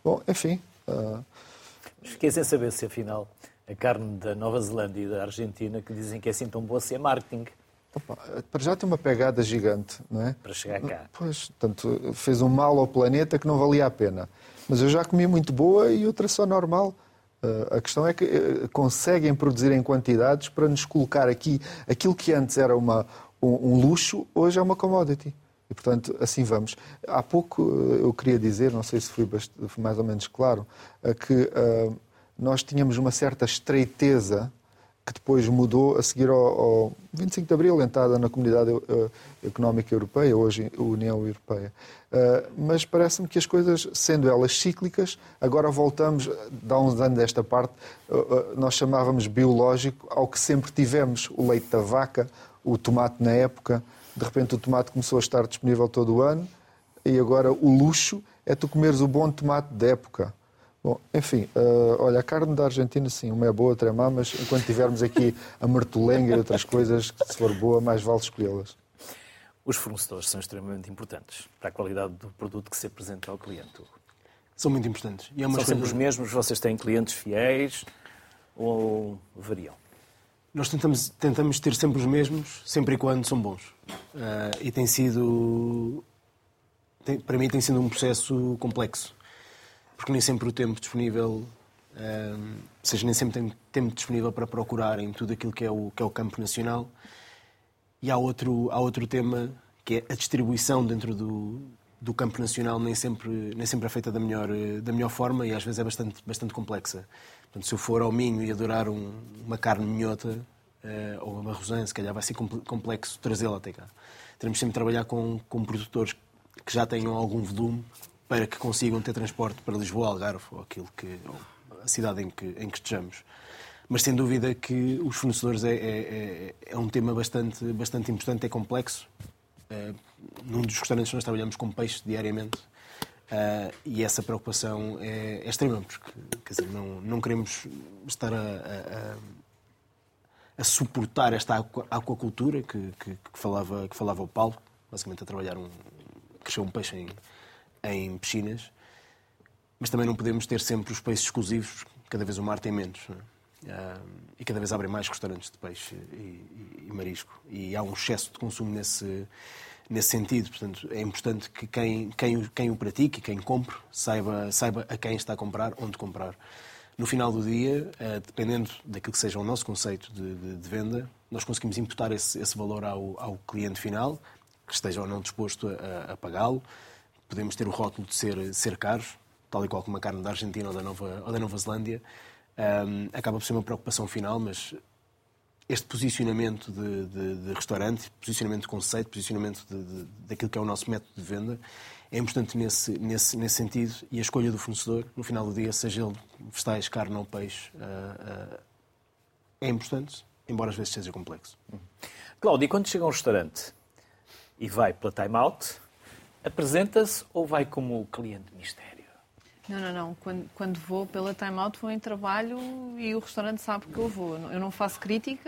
Bom, enfim... Uh... Fiquei sem saber se, afinal, a carne da Nova Zelândia e da Argentina, que dizem que é assim tão boa, se é marketing. Opa, para já tem uma pegada gigante, não é? Para chegar cá. Pois, portanto, fez um mal ao planeta que não valia a pena. Mas eu já comi muito boa e outra só normal. Uh, a questão é que uh, conseguem produzir em quantidades para nos colocar aqui aquilo que antes era uma, um, um luxo, hoje é uma commodity. E, portanto, assim vamos. Há pouco uh, eu queria dizer, não sei se fui bastante, mais ou menos claro, uh, que uh, nós tínhamos uma certa estreiteza que depois mudou a seguir ao, ao vinte e cinco de Abril, entrada na Comunidade Económica Europeia, hoje a União Europeia. Uh, mas parece-me que as coisas, sendo elas cíclicas, agora voltamos, de há uns anos desta parte, uh, uh, nós chamávamos biológico ao que sempre tivemos, o leite da vaca, o tomate na época. De repente o tomate começou a estar disponível todo o ano e agora o luxo é tu comeres o bom tomate da época. Bom, enfim, uh, olha, a carne da Argentina, sim, uma é boa, outra é má, mas enquanto tivermos aqui a martolenga e outras coisas, se for boa, mais vale escolhê-las. Os fornecedores são extremamente importantes para a qualidade do produto que se apresenta ao cliente. São muito importantes. E é uma são escolha... sempre os mesmos? Vocês têm clientes fiéis ou variam? Nós tentamos, tentamos ter sempre os mesmos, sempre e quando são bons. Uh, e tem sido... Tem, para mim tem sido um processo complexo. Porque nem sempre o tempo disponível, um, ou seja, nem sempre tem tempo disponível para procurar em tudo aquilo que é o, que é o campo nacional. E há outro, há outro tema, que é a distribuição dentro do, do campo nacional, nem sempre, nem sempre é feita da melhor, da melhor forma e às vezes é bastante, bastante complexa. Portanto, se eu for ao Minho e adorar um, uma carne minhota uh, ou uma rosã, se calhar vai ser complexo trazê-la até cá. Teremos sempre de trabalhar com, com produtores que já tenham algum volume, para que consigam ter transporte para Lisboa, Algarve, ou aquilo que, ou a cidade em que, em que estejamos. Mas sem dúvida que os fornecedores é, é, é um tema bastante, bastante importante, é complexo. Uh, num dos restaurantes nós trabalhamos com peixe diariamente uh, e essa preocupação é, é extrema, porque quer dizer, não, não queremos estar a, a, a suportar esta aqua, aquacultura que, que, que, falava, que falava o Paulo, basicamente a trabalhar um, crescer um peixe em em piscinas, mas também não podemos ter sempre os peixes exclusivos, cada vez o mar tem menos, não é? uh, e cada vez abrem mais restaurantes de peixe e, e, e marisco, e há um excesso de consumo nesse, nesse sentido, portanto é importante que quem, quem, quem o pratique, quem compre, saiba, saiba a quem está a comprar, onde comprar. No final do dia, uh, dependendo daquilo que seja o nosso conceito de, de, de venda, nós conseguimos imputar esse, esse valor ao, ao cliente final, que esteja ou não disposto a, a pagá-lo. Podemos ter o rótulo de ser, ser caros, tal e qual como a carne da Argentina ou da Nova, ou da Nova Zelândia. Um, acaba por ser uma preocupação final, mas este posicionamento de, de, de restaurante, posicionamento de conceito, posicionamento de, de, daquilo que é o nosso método de venda, é importante nesse, nesse, nesse sentido. E a escolha do fornecedor, no final do dia, seja ele vegetais, carne ou peixe, uh, uh, é importante, embora às vezes seja complexo. Cláudia, quando chega a um restaurante e vai pela time-out, apresenta-se ou vai como cliente mistério? Não, não, não. Quando, quando vou pela time-out, vou em trabalho e o restaurante sabe que eu vou. Eu não faço crítica,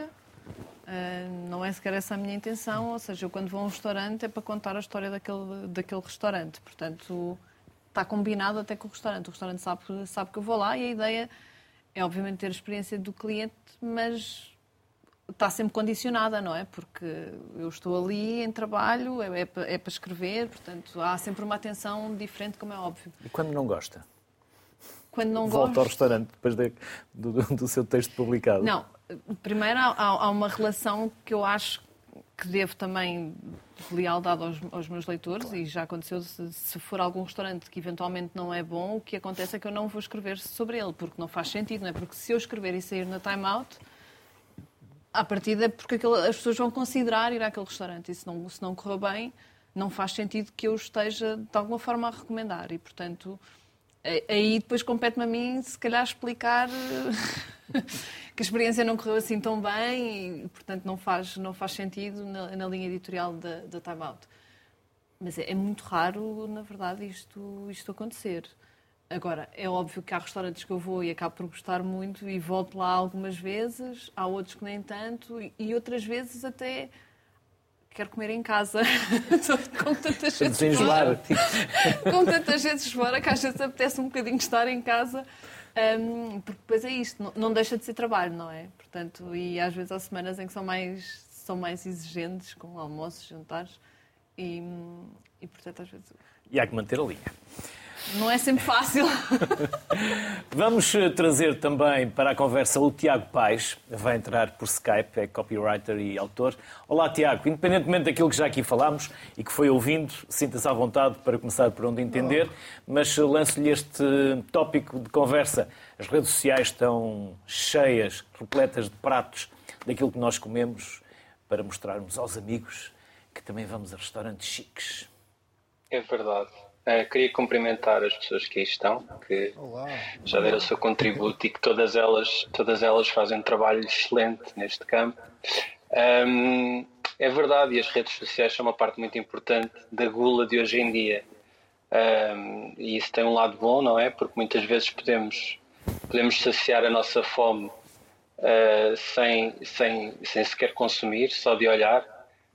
uh, não é sequer essa a minha intenção. Ou seja, eu quando vou a um restaurante é para contar a história daquele, daquele restaurante. Portanto, está combinado até com o restaurante. O restaurante sabe, sabe que eu vou lá e a ideia é, obviamente, ter a experiência do cliente, mas está sempre condicionada, não é? Porque eu estou ali em trabalho, é, é, para, é para escrever, portanto, há sempre uma atenção diferente, como é óbvio. E quando não gosta? Quando não Volta gosto... ao restaurante depois de, do, do seu texto publicado? Não. Primeiro, há, há uma relação que eu acho que devo também de lealdade aos, aos meus leitores, claro. E já aconteceu, se, se for algum restaurante que eventualmente não é bom, o que acontece é que eu não vou escrever sobre ele, porque não faz sentido, não é? Porque se eu escrever e sair na time-out, à partida é porque aquilo, as pessoas vão considerar ir àquele restaurante. E se não, se não correr bem, não faz sentido que eu esteja, de alguma forma, a recomendar. E, portanto, aí depois compete-me a mim, se calhar, explicar que a experiência não correu assim tão bem e, portanto, não faz, não faz sentido na, na linha editorial da, da Time Out. Mas é, é muito raro, na verdade, isto, isto acontecer. Agora, é óbvio que há restaurantes que eu vou e acabo por gostar muito e volto lá algumas vezes, há outros que nem tanto, e outras vezes até quero comer em casa. Com tantas vezes Desenjoar. fora, com tantas vezes fora, que às vezes apetece um bocadinho estar em casa. Um, porque depois é isto, não, não deixa de ser trabalho, não é? Portanto, e às vezes há semanas em que são mais, são mais exigentes, com almoços, jantares, e, e portanto às vezes... E há que manter a linha. Não é sempre fácil. Vamos trazer também para a conversa o Tiago Paes, vai entrar por Skype, é copywriter e autor. Olá, Tiago, independentemente daquilo que já aqui falámos e que foi ouvindo, sinta-se à vontade para começar por onde entender, mas lanço-lhe este tópico de conversa. As redes sociais estão cheias, repletas de pratos daquilo que nós comemos, para mostrarmos aos amigos que também vamos a restaurantes chiques. É verdade. Uh, queria cumprimentar as pessoas que aí estão, que Olá. já deram o seu contributo e que todas elas, todas elas fazem um trabalho excelente neste campo. Um, é verdade, e as redes sociais são uma parte muito importante da gula de hoje em dia. Um, e isso tem um lado bom, não é? Porque muitas vezes podemos, podemos saciar a nossa fome uh, sem, sem, sem sequer consumir, só de olhar.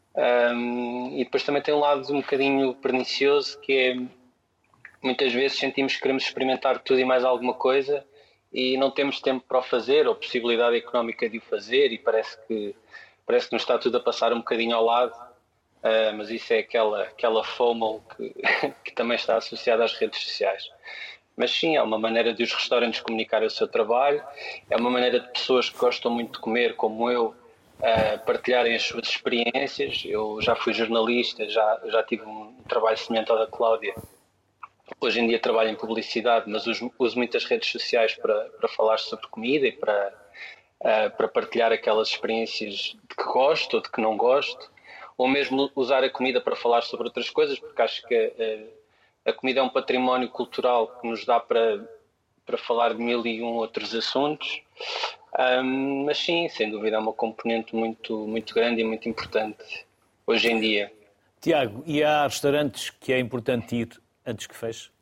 Um, e depois também tem um lado um bocadinho pernicioso, que é muitas vezes sentimos que queremos experimentar tudo e mais alguma coisa e não temos tempo para o fazer ou possibilidade económica de o fazer, e parece que, parece que nos está tudo a passar um bocadinho ao lado, uh, mas isso é aquela, aquela FOMO que, que também está associada às redes sociais. Mas sim, é uma maneira de os restaurantes comunicarem o seu trabalho, é uma maneira de pessoas que gostam muito de comer, como eu, uh, partilharem as suas experiências. Eu já fui jornalista, já, já tive um trabalho semelhante ao da Cláudia. Hoje em dia trabalho em publicidade, mas uso, uso muitas redes sociais para, para falar sobre comida e para, uh, para partilhar aquelas experiências de que gosto ou de que não gosto, ou mesmo usar a comida para falar sobre outras coisas, porque acho que uh, a comida é um património cultural que nos dá para, para falar de mil e um outros assuntos. Um, mas sim, sem dúvida é uma componente muito, muito grande e muito importante hoje em dia. Tiago, e há restaurantes que é importante ir antes que feche?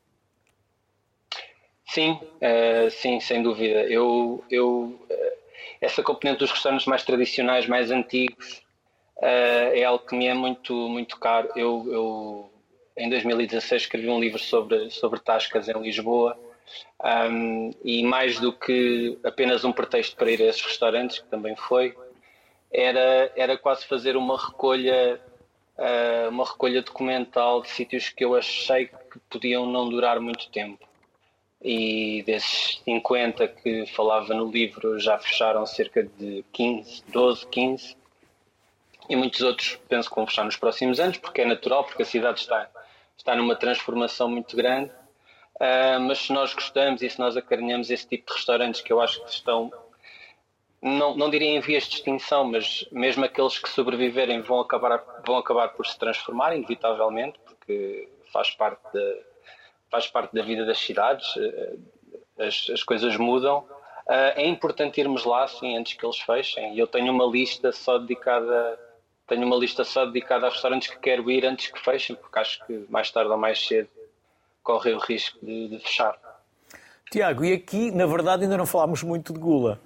Sim, uh, sim, sem dúvida. Eu, eu, uh, essa componente dos restaurantes mais tradicionais, mais antigos, uh, é algo que me é muito, muito caro. Eu, eu, em dois mil e dezasseis, escrevi um livro sobre, sobre tascas em Lisboa, um, e mais do que apenas um pretexto para ir a esses restaurantes, que também foi, era, era quase fazer uma recolha Uh, uma recolha documental de sítios que eu achei que podiam não durar muito tempo. E desses cinquenta que falava no livro, já fecharam cerca de quinze, doze, quinze. E muitos outros penso que vão fechar nos próximos anos, porque é natural, porque a cidade está, está numa transformação muito grande. Uh, mas se nós gostamos e se nós acarinhamos esse tipo de restaurantes, que eu acho que estão... Não, não diria em vias de extinção, mas mesmo aqueles que sobreviverem vão acabar, vão acabar por se transformar, inevitavelmente, porque faz parte da, faz parte da vida das cidades, as, as coisas mudam. É importante irmos lá, sim, antes que eles fechem. E eu tenho uma lista só dedicada, tenho uma lista só dedicada a restaurantes que quero ir antes que fechem, porque acho que mais tarde ou mais cedo corre o risco de, de fechar. Tiago, e aqui, na verdade, ainda não falámos muito de gula.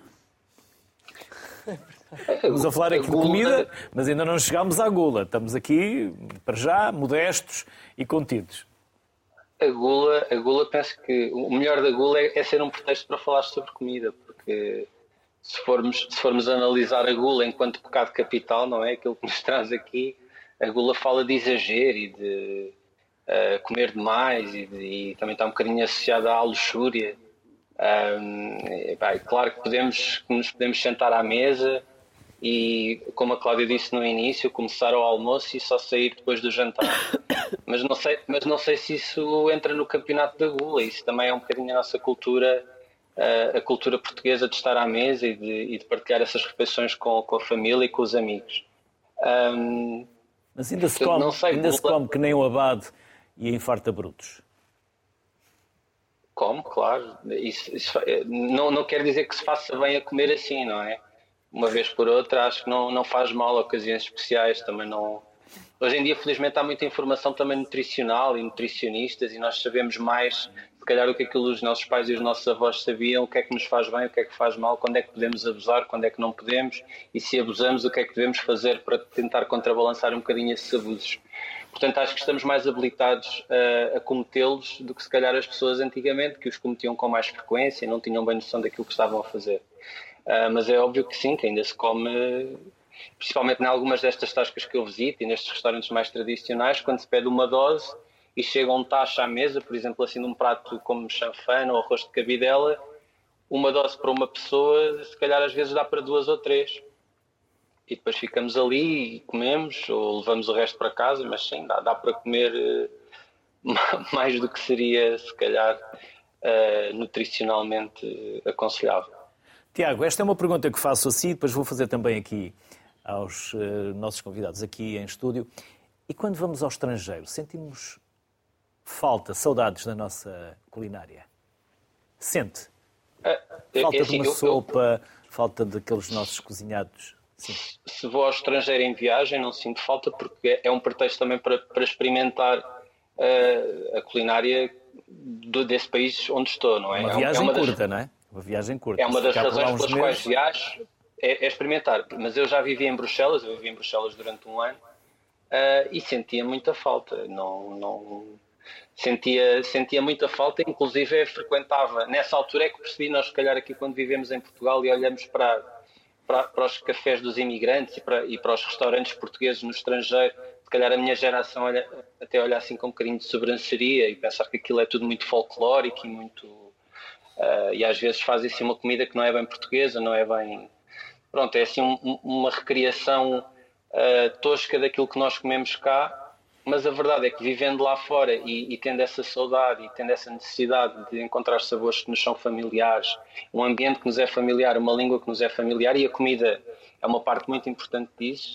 Estamos a falar aqui de comida, mas ainda não chegámos à gula. Estamos aqui, para já, modestos e contidos. A gula, a gula, penso que o melhor da gula é, é ser um pretexto para falar sobre comida, porque se formos, se formos analisar a gula enquanto pecado capital, não é? Aquilo que nos traz aqui, a gula fala de exagero e de uh, comer demais e, de, e também está um bocadinho associada à luxúria. Um, é, pá, claro que podemos, nos podemos sentar à mesa e, como a Cláudia disse no início, começar ao almoço e só sair depois do jantar. Mas não sei, mas não sei se isso entra no campeonato da gula. Isso também é um bocadinho a nossa cultura, a cultura portuguesa de estar à mesa e de, e de partilhar essas refeições com, com a família e com os amigos. Um, mas ainda se come, não sei, ainda gula... se come que nem o abade e infarta brutos. Como, claro. Isso, isso, não, não quer dizer que se faça bem a comer assim, não é? Uma vez por outra, acho que não, não faz mal a ocasiões especiais. Também não... Hoje em dia, felizmente, há muita informação também nutricional e nutricionistas, e nós sabemos mais, se calhar o que aquilo os nossos pais e os nossos avós sabiam, o que é que nos faz bem, o que é que faz mal, quando é que podemos abusar, quando é que não podemos, e se abusamos, o que é que devemos fazer para tentar contrabalançar um bocadinho esses abusos. Portanto, acho que estamos mais habilitados a, a cometê-los do que se calhar as pessoas antigamente, que os cometiam com mais frequência e não tinham bem noção daquilo que estavam a fazer. Uh, mas é óbvio que sim, que ainda se come, principalmente em algumas destas tascas que eu visito e nestes restaurantes mais tradicionais, quando se pede uma dose e chega um tacho à mesa, por exemplo, assim num prato como chanfana ou arroz de cabidela, uma dose para uma pessoa, se calhar às vezes dá para duas ou três. E depois ficamos ali e comemos, ou levamos o resto para casa, mas sim, dá, dá para comer uh, mais do que seria, se calhar, uh, nutricionalmente aconselhável. Tiago, esta é uma pergunta que faço a si, depois vou fazer também aqui aos uh, nossos convidados aqui em estúdio. E quando vamos ao estrangeiro, sentimos falta, saudades da nossa culinária? Sente? Uh, falta é assim, de uma eu, sopa, eu... falta daqueles nossos cozinhados? Sim. Se vou ao estrangeiro em viagem, não sinto falta, porque é um pretexto também para, para experimentar uh, a culinária do, desse país onde estou, não é? Uma viagem é uma das, curta, não é? Uma viagem curta. É uma das razões pelas meses... quais viajo, é, é experimentar. Mas eu já vivi em Bruxelas, eu vivi em Bruxelas durante um ano uh, e sentia muita falta. Não, não sentia, sentia muita falta, inclusive frequentava. Nessa altura é que percebi, nós se calhar aqui quando vivemos em Portugal e olhamos para, para, para os cafés dos imigrantes e para, e para os restaurantes portugueses no estrangeiro, se calhar a minha geração olha, até olha assim com um bocadinho de sobranceria e pensar que aquilo é tudo muito folclórico e muito... Uh, e às vezes fazem assim uma comida que não é bem portuguesa, não é bem... Pronto, é assim um, uma recriação uh, tosca daquilo que nós comemos cá, mas a verdade é que vivendo lá fora e, e tendo essa saudade e tendo essa necessidade de encontrar sabores que nos são familiares, um ambiente que nos é familiar, uma língua que nos é familiar, e a comida é uma parte muito importante disso,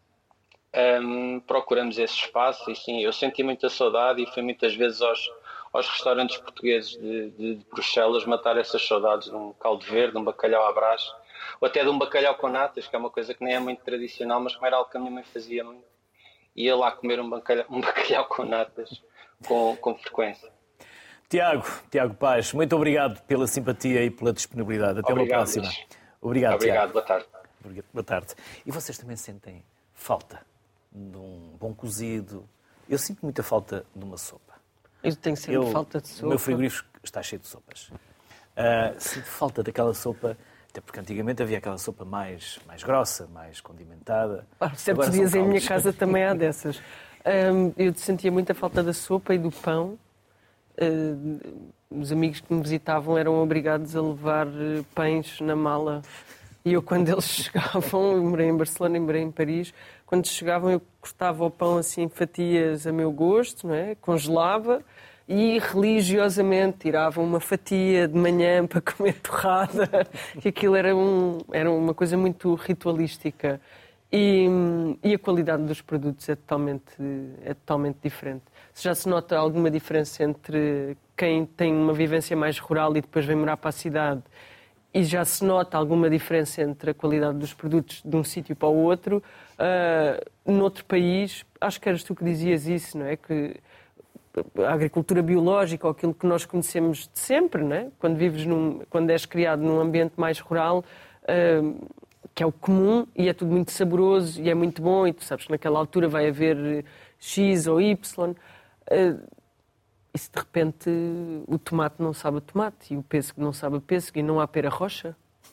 um, procuramos esse espaço. E sim, eu senti muita saudade e fui muitas vezes aos... aos restaurantes portugueses de, de, de Bruxelas matar essas saudades de um caldo verde, de um bacalhau à brás, ou até de um bacalhau com natas, que é uma coisa que nem é muito tradicional, mas como era algo que a minha mãe fazia muito. Ia lá comer um bacalhau, um bacalhau com natas com, com frequência. Tiago, Tiago Paz, muito obrigado pela simpatia e pela disponibilidade. Até obrigado, uma próxima. Luís. Obrigado, Obrigado, Tiago. Boa tarde. Boa tarde. E vocês também sentem falta de um bom cozido? Eu sinto muita falta de uma sopa. Eu tenho sempre eu, falta de sopa. O meu frigorífico está cheio de sopas. Uh, sinto falta daquela sopa, até porque antigamente havia aquela sopa mais, mais grossa, mais condimentada. Ah, certos dias em minha casa também há dessas. Um, eu sentia muita falta da sopa e do pão. Uh, os amigos que me visitavam eram obrigados a levar pães na mala. E eu, quando eles chegavam, eu morei em Barcelona e morei em Paris, quando chegavam eu cortava o pão assim em fatias a meu gosto, não é? Congelava e religiosamente tirava uma fatia de manhã para comer torrada. E aquilo era, um, era uma coisa muito ritualística. E, e a qualidade dos produtos é totalmente, é totalmente diferente. Já se nota alguma diferença entre quem tem uma vivência mais rural e depois vem morar para a cidade, e já se nota alguma diferença entre a qualidade dos produtos de um sítio para o outro. Uh, noutro país, acho que eras tu que dizias isso, não é? Que a agricultura biológica, ou aquilo que nós conhecemos de sempre, não é? Quando vives num, quando és criado num ambiente mais rural, uh, que é o comum, e é tudo muito saboroso e é muito bom, e tu sabes que naquela altura vai haver X ou Y. Uh, E se de repente o tomate não sabe a tomate e o pêssego não sabe a pêssego e não há pera roxa?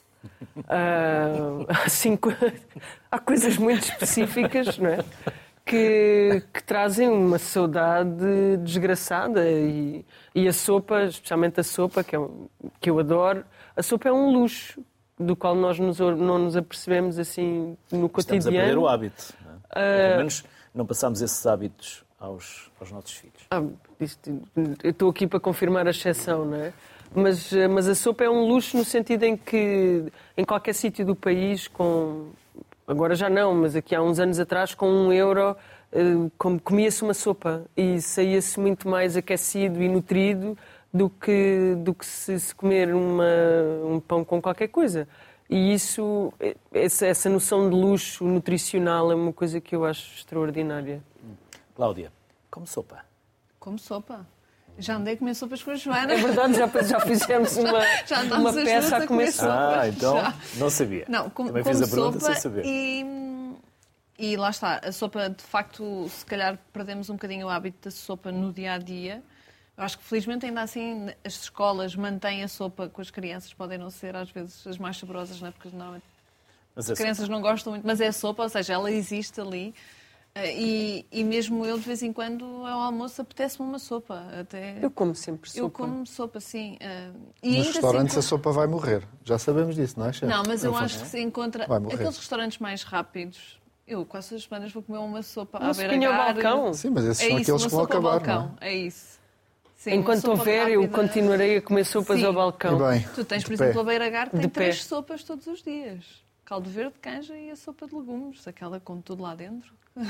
Uh, assim, há coisas muito específicas, não é? Que, que trazem uma saudade desgraçada. E, e a sopa, especialmente a sopa, que, é, que eu adoro, a sopa é um luxo do qual nós nos, não nos apercebemos assim no cotidiano. Estamos a perder o hábito. Não é? uh, Pelo menos não passamos esses hábitos aos, aos nossos filhos. Ah, isto, eu estou aqui para confirmar a exceção, não é? Mas, mas a sopa é um luxo no sentido em que em qualquer sítio do país, com agora já não, mas aqui há uns anos atrás, com um euro, comia-se uma sopa e saía-se muito mais aquecido e nutrido do que, do que se, se comer uma, um pão com qualquer coisa. E isso, essa, essa noção de luxo nutricional é uma coisa que eu acho extraordinária. Cláudia, como sopa? Como sopa. Já andei a comer sopas com a Joana. É verdade, já, já fizemos uma, Já uma andámos as duas peça a a comer comer sopa. sopa. Ah, então Já. não sabia. Não, com, Também como fiz a pergunta sopa sem saber. e, e lá está. A sopa, de facto, se calhar perdemos um bocadinho o hábito da sopa no dia-a-dia. Eu acho que, felizmente, ainda assim, as escolas mantêm a sopa com as crianças. Podem não ser, às vezes, as mais saborosas, não é? Porque normalmente Mas as é crianças não gostam muito. Mas é a sopa, ou seja, ela existe ali. E, e mesmo eu, de vez em quando, ao almoço, apetece-me uma sopa. Até... Eu como sempre sopa. Eu como sopa, sim. E Nos ainda restaurantes assim, a sopa vai morrer. Já sabemos disso, não é, chefe? não, mas eu Eu acho faço. que se encontra Vai morrer. aqueles restaurantes mais rápidos. Eu quase as semanas vou comer uma sopa Uma à sopinha ao beira-gar. balcão. Sim, mas esses É são isso, aqueles uma que vão sopa ao acabar, não balcão. É isso. Sim, Enquanto uma sopa houver, eu rápida. continuarei a comer sopas Sim. ao balcão. é? E bem, Tu tens, por de pé. exemplo, a beira-gar que De tem pé. três sopas todos os dias. Caldo verde, canja e a sopa de legumes. Aquela com tudo lá dentro.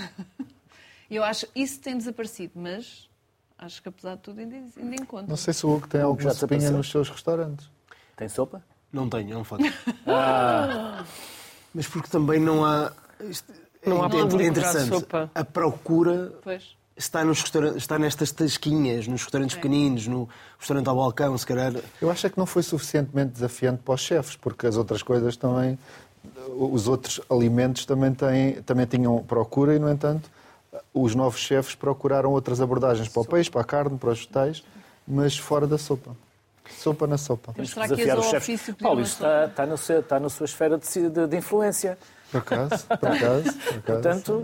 E eu acho que isso tem desaparecido, mas acho que apesar de tudo ainda, ainda encontro. Não sei se o Hugo tem alguma já sopinha desapareceu. nos seus restaurantes. Tem sopa? Não tenho, é um facto. Ah, Mas porque também não há... Isto Não há é, para é onde procurar interessante. sopa. A procura Pois. está, nos restaurantes, está nestas tasquinhas, nos restaurantes pequeninos, no restaurante ao balcão, se calhar. Eu acho é que não foi suficientemente desafiante para os chefes, porque as outras coisas também, os outros alimentos também, têm, também tinham procura e, no entanto, os novos chefes procuraram outras abordagens para o peixe, para a carne, para os vegetais, mas fora da sopa. Sopa na sopa. Mas temos que será que desafiar esse os ao chefes. ofício pedir Paulo, uma isso sopa? está, está, no seu, está na sua esfera de, de, de influência. Por acaso, por acaso, por acaso. Portanto,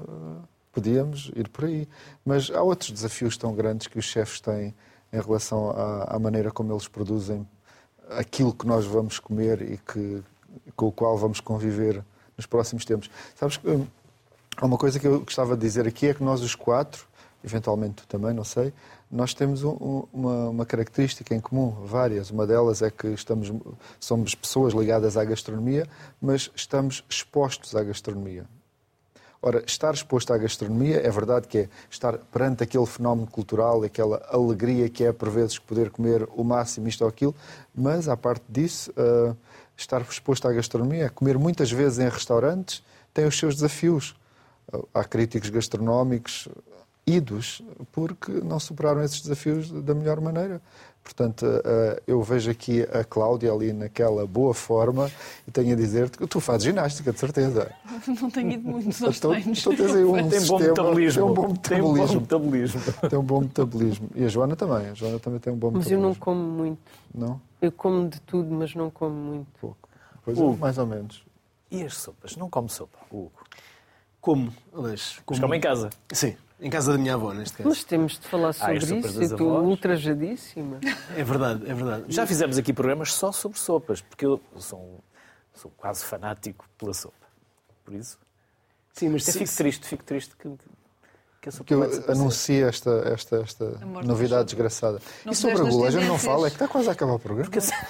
Podíamos ir por aí. Mas há outros desafios tão grandes que os chefes têm em relação à, à maneira como eles produzem aquilo que nós vamos comer e que, com o qual vamos conviver nos próximos tempos. Sabes que hum, há uma coisa que eu gostava de dizer aqui, é que nós os quatro, eventualmente tu também, não sei, nós temos um, um, uma, uma característica em comum, várias. Uma delas é que estamos, somos pessoas ligadas à gastronomia, mas estamos expostos à gastronomia. Ora, estar exposto à gastronomia, é verdade que é estar perante aquele fenómeno cultural, aquela alegria que é, por vezes, poder comer o máximo isto ou aquilo, mas, à parte disso, uh, estar exposto à gastronomia, comer muitas vezes em restaurantes, tem os seus desafios. Uh, há críticos gastronómicos idos porque não superaram esses desafios da melhor maneira. Portanto, eu vejo aqui a Cláudia ali naquela boa forma e tenho a dizer-te que tu fazes ginástica, de certeza. Não tenho ido muito aos Então, treinos. então tens aí um tem bom sistema, metabolismo. Tem um bom Tem um bom metabolismo. metabolismo. Tem um bom metabolismo. E a Joana também. A Joana também tem um bom Mas eu metabolismo. não como muito. Não? Eu como de tudo, mas não como muito. Pouco. Pois é, Hugo. mais ou menos. E as sopas? Não come sopa, Hugo. Como? Aliás, Mas como... come em casa. Sim, em casa da minha avó, neste caso. Mas temos de falar sobre as sopas isso. das Eu estou avós. ultrajadíssima. É verdade, é verdade. Já fizemos aqui programas só sobre sopas, porque eu sou, sou quase fanático pela sopa. Por isso, Sim, mas até se- fico triste, fico triste que, que a sopa Que eu vai desaparecer. anuncio esta, esta, esta A morte novidade das desgraçada. Não E sobre a puseste gula, a nas gente não tendências. fala, é que está quase a acabar o programa.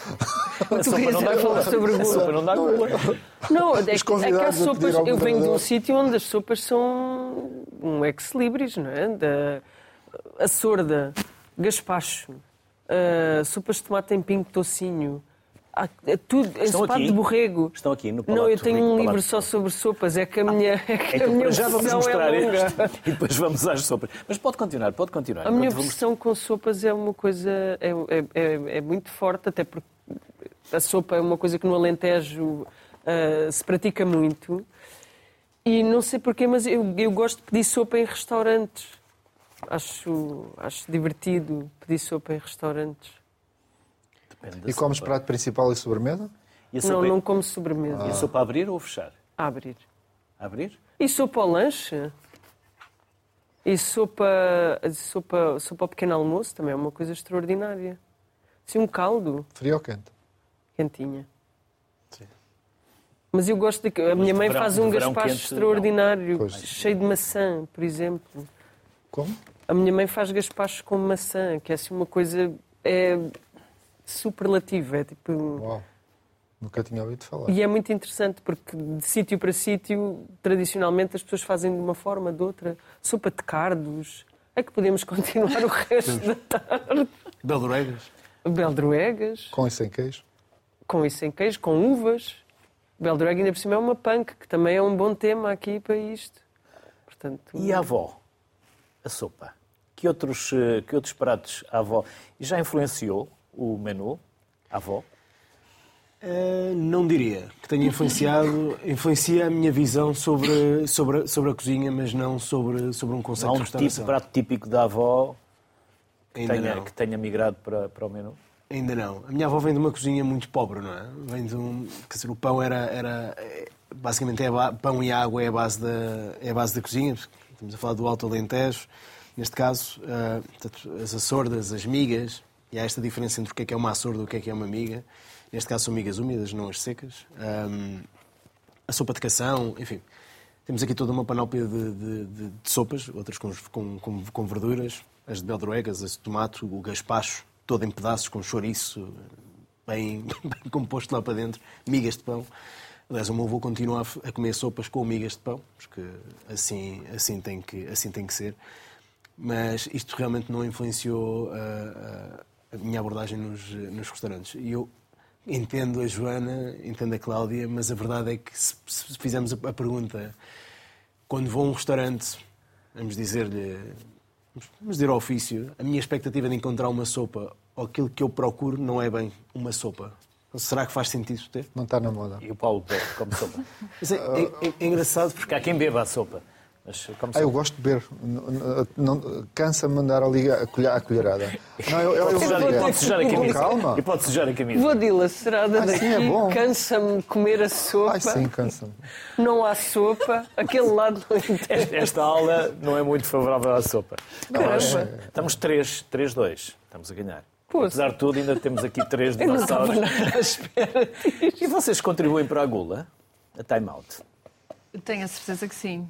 A sopa querias não dá falar gula. sobre A gula. sopa não dá gula. Não, é que, é que convidados há a pedir sopas. ao Eu venho de um governador. sítio onde as sopas são um ex-libris, não é? Da, a sorda, gaspacho, uh, sopas de tomate em pingo tocinho, há- é tudo, Estão ensopado aqui? de borrego. Estão aqui no Não, Palato eu tenho Rico, um Palato livro só sobre sopas. É que a minha, é que a Então, minha para já vamos versão mostrar é longa. este e depois vamos às sopas. Mas pode continuar, pode continuar. A minha Enquanto vamos- versão com sopas é uma coisa é, é, é, é muito forte, até porque a sopa é uma coisa que no Alentejo ah, se pratica muito. E não sei porquê, mas eu, eu gosto de pedir sopa em restaurantes. Acho, acho divertido pedir sopa em restaurantes. Depende da E comes sopa. prato principal e sobremesa? E a Não, sopa, não como sobremesa. e a sopa a abrir ou a fechar? A abrir. A abrir? E sopa ao lanche? E sopa, sopa, sopa ao pequeno almoço também é uma coisa extraordinária. Assim, um caldo. Frio ou quente? Quentinha. Mas eu gosto de que a minha de mãe verão- faz de um verão gaspacho quente, extraordinário, Pois. cheio de maçã, por exemplo. Como? A minha mãe faz gaspacho com maçã, que é assim uma coisa é superlativa, é tipo Uau. Nunca tinha ouvido falar. e é muito interessante porque de sítio para sítio, tradicionalmente as pessoas fazem de uma forma, de outra. Sopa de cardos. É que podemos continuar o resto da tarde. Beldoregas. Beldroegas, Com e sem queijo? com isso sem queijo, com uvas. Beldroega ainda por cima é uma punk, que também é um bom tema aqui para isto. Portanto, E a avó? A sopa? Que que outros, que outros pratos a avó? E já influenciou o menu, a avó? Uh, não diria que tenha influenciado, influencia a minha visão sobre, sobre, sobre a cozinha, mas não sobre, sobre um conceito Há um de restauração. tipo, prato típico da avó que Ainda tenha, não. que tenha migrado para, para o menu? Ainda não. A minha avó vem de uma cozinha muito pobre, não é? Vem de um... Quer dizer, o pão era... era basicamente, é a, pão e água é a base da, é a base da cozinha. Estamos a falar do Alto Alentejo. Neste caso, uh, portanto, as açordas, as migas. E há esta diferença entre o que é que é uma açorda e o que é que é uma miga. Neste caso são migas úmidas, não as secas. Um, a sopa de cação, enfim. Temos aqui toda uma panóplia de, de, de, de sopas, outras com, com, com, com verduras. As de beldroegas, as de tomate, o gaspacho, todo em pedaços, com chouriço, bem, bem composto lá para dentro. Migas de pão. Aliás, o meu avô continua a comer sopas com migas de pão, porque assim, assim, tem, que, assim tem que ser. Mas isto realmente não influenciou a, a, a minha abordagem nos, nos restaurantes. E eu entendo a Joana, entendo a Cláudia, mas a verdade é que se, se fizermos a, a pergunta, quando vou a um restaurante, vamos dizer-lhe, vamos dizer ao ofício, a minha expectativa de encontrar uma sopa, ou aquilo que eu procuro, não é bem uma sopa. Será que faz sentido ter? Não está na moda. E o Paulo bebe, come sopa. Mas é, é, é, é engraçado porque... Porque há quem beba a sopa. Mas come Ah, eu sopa. gosto de beber. Não- não- Cansa-me andar ali a, colher, a colherada. Não, eu, eu, eu Pode vou sujar, e beber. pode sujar a Com camisa. calma. E pode sujar a camisa. Vou dilacerada Ah, daqui, sim, é bom. cansa-me comer a sopa. Ai, sim, cansa-me. Não há sopa, aquele lado não interessa. Esta aula não é muito favorável à sopa. Caramba. Nós estamos três dois. Estamos a ganhar. Poxa. Apesar de tudo, ainda temos aqui três Eu não estava dinossauros. nada à espera disto. E vocês contribuem para a gula? A time out. Tenho a certeza que sim.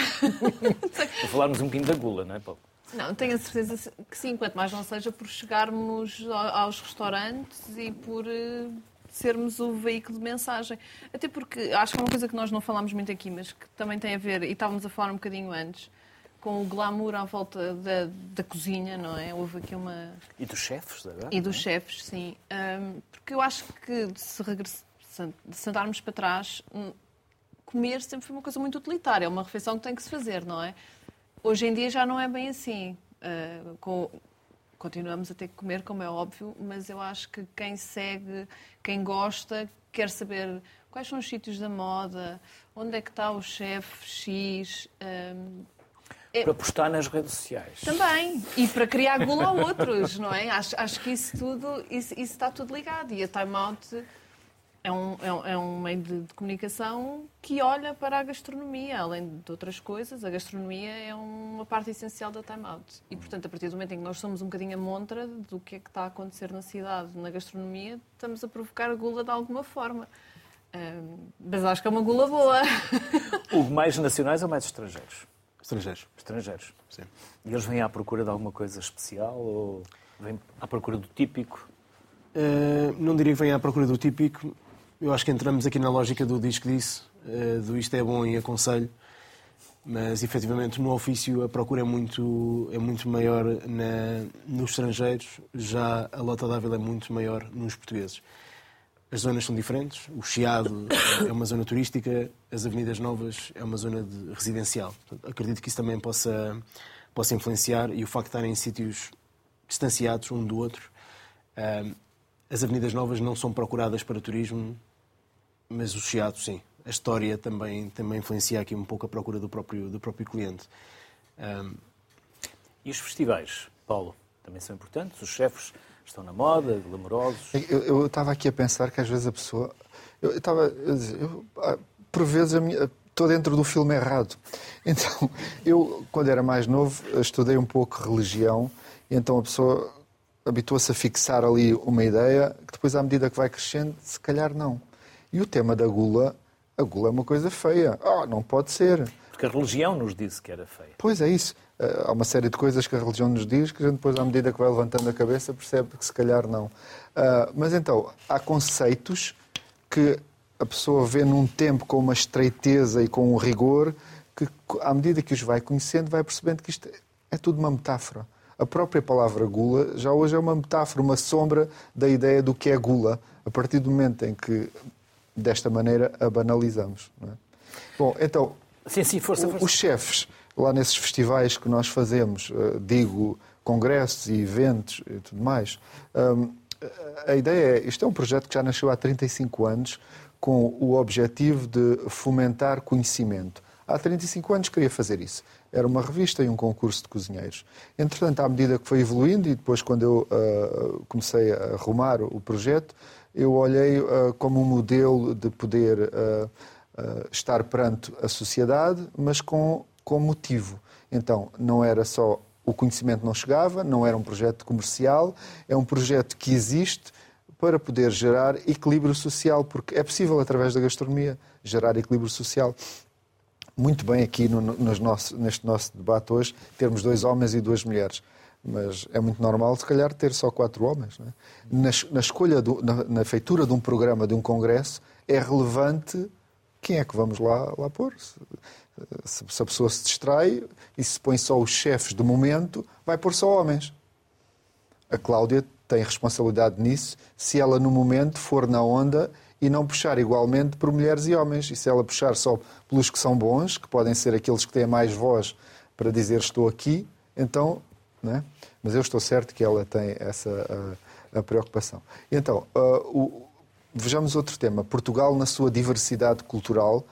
Para falarmos um bocadinho da gula, não é, Paulo? Não, tenho a certeza que sim, quanto mais não seja por chegarmos a- aos restaurantes e por eh, sermos o veículo de mensagem. Até porque acho que é uma coisa que nós não falámos muito aqui, mas que também tem a ver, e estávamos a falar um bocadinho antes, com o glamour à volta da, da cozinha, não é? Houve aqui uma... E dos chefes, agora? E dos chefes, sim. Ahm, porque eu acho que se, regress... se sentarmos para trás, hum, comer sempre foi uma coisa muito utilitária. É uma refeição que tem que se fazer, não é? Hoje em dia já não é bem assim. Ah, com... Continuamos a ter que comer, como é óbvio, mas eu acho que quem segue, quem gosta, quer saber quais são os sítios da moda, onde é que está o chefe X... ahm, Para postar nas redes sociais. Também. E para criar gula a outros, não é? Acho, acho que isso tudo, isso, isso está tudo ligado. E a Time Out é um, é um, é um meio de, de comunicação que olha para a gastronomia. Além de outras coisas, a gastronomia é uma parte essencial da Time Out. E, portanto, a partir do momento em que nós somos um bocadinho a montra do que é que está a acontecer na cidade, na gastronomia, estamos a provocar gula de alguma forma. Hum, mas acho que é uma gula boa. Hugo, mais nacionais ou mais estrangeiros? Estrangeiros. Estrangeiros. Sim. E eles vêm à procura de alguma coisa especial ou vêm à procura do típico? Uh, não diria que venha à procura do típico. Eu acho que entramos aqui na lógica do diz que disse, uh, do isto é bom e aconselho, mas efetivamente no ofício a procura é muito, é muito maior na, nos estrangeiros, já a lota de Ávila é muito maior nos portugueses. As zonas são diferentes, o Chiado é uma zona turística, as Avenidas Novas é uma zona de residencial. Portanto, acredito que isso também possa, possa influenciar e o facto de estarem em sítios distanciados um do outro. Uh, as Avenidas Novas não são procuradas para turismo, mas o Chiado, sim. A história também, também influencia aqui um pouco a procura do próprio, do próprio cliente. Um... E os festivais, Paulo, também são importantes? Os chefes estão na moda, glamourosos? Eu, eu estava aqui a pensar que às vezes a pessoa... Eu estava a dizer, eu, por vezes a minha, estou dentro do filme errado. Então, eu, quando era mais novo, estudei um pouco religião, e então a pessoa habitua-se a fixar ali uma ideia, que depois, à medida que vai crescendo, se calhar não. E o tema da gula, a gula é uma coisa feia. Ah, não pode ser. Porque a religião nos disse que era feia. Pois é isso. Há uma série de coisas que a religião nos diz que a gente depois, à medida que vai levantando a cabeça, percebe que se calhar não. Uh, mas então, há conceitos que a pessoa vê num tempo com uma estreiteza e com um rigor que, à medida que os vai conhecendo, vai percebendo que isto é tudo uma metáfora. A própria palavra gula já hoje é uma metáfora, uma sombra da ideia do que é gula, a partir do momento em que, desta maneira, a banalizamos. Não é? Bom, então... Sim, sim, força, força. Os chefes lá nesses festivais que nós fazemos, digo congressos e eventos e tudo mais, a ideia é, isto é um projeto que já nasceu há trinta e cinco anos com o objetivo de fomentar conhecimento. Há trinta e cinco anos queria fazer isso. Era uma revista e um concurso de cozinheiros. Entretanto, à medida que foi evoluindo e depois quando eu uh, comecei a arrumar o projeto, eu olhei uh, como um modelo de poder uh, uh, estar perante a sociedade, mas com, com motivo. Então, não era só o conhecimento não chegava, não era um projeto comercial, é um projeto que existe para poder gerar equilíbrio social, porque é possível, através da gastronomia, gerar equilíbrio social. Muito bem aqui no, nos nosso, neste nosso debate hoje, termos dois homens e duas mulheres. Mas é muito normal, se calhar, ter só quatro homens. Não é? na, na escolha, do, na, na feitura de um programa, de um congresso, é relevante quem é que vamos lá, lá pôr. Se, se a pessoa se distrai e se põe só os chefes do momento, vai pôr só homens. A Cláudia tem responsabilidade nisso, se ela no momento for na onda e não puxar igualmente por mulheres e homens. E se ela puxar só pelos que são bons, que podem ser aqueles que têm mais voz para dizer estou aqui, então... Não é? Mas eu estou certo que ela tem essa a, a preocupação. Então, uh, o, vejamos outro tema. Portugal, na sua diversidade cultural,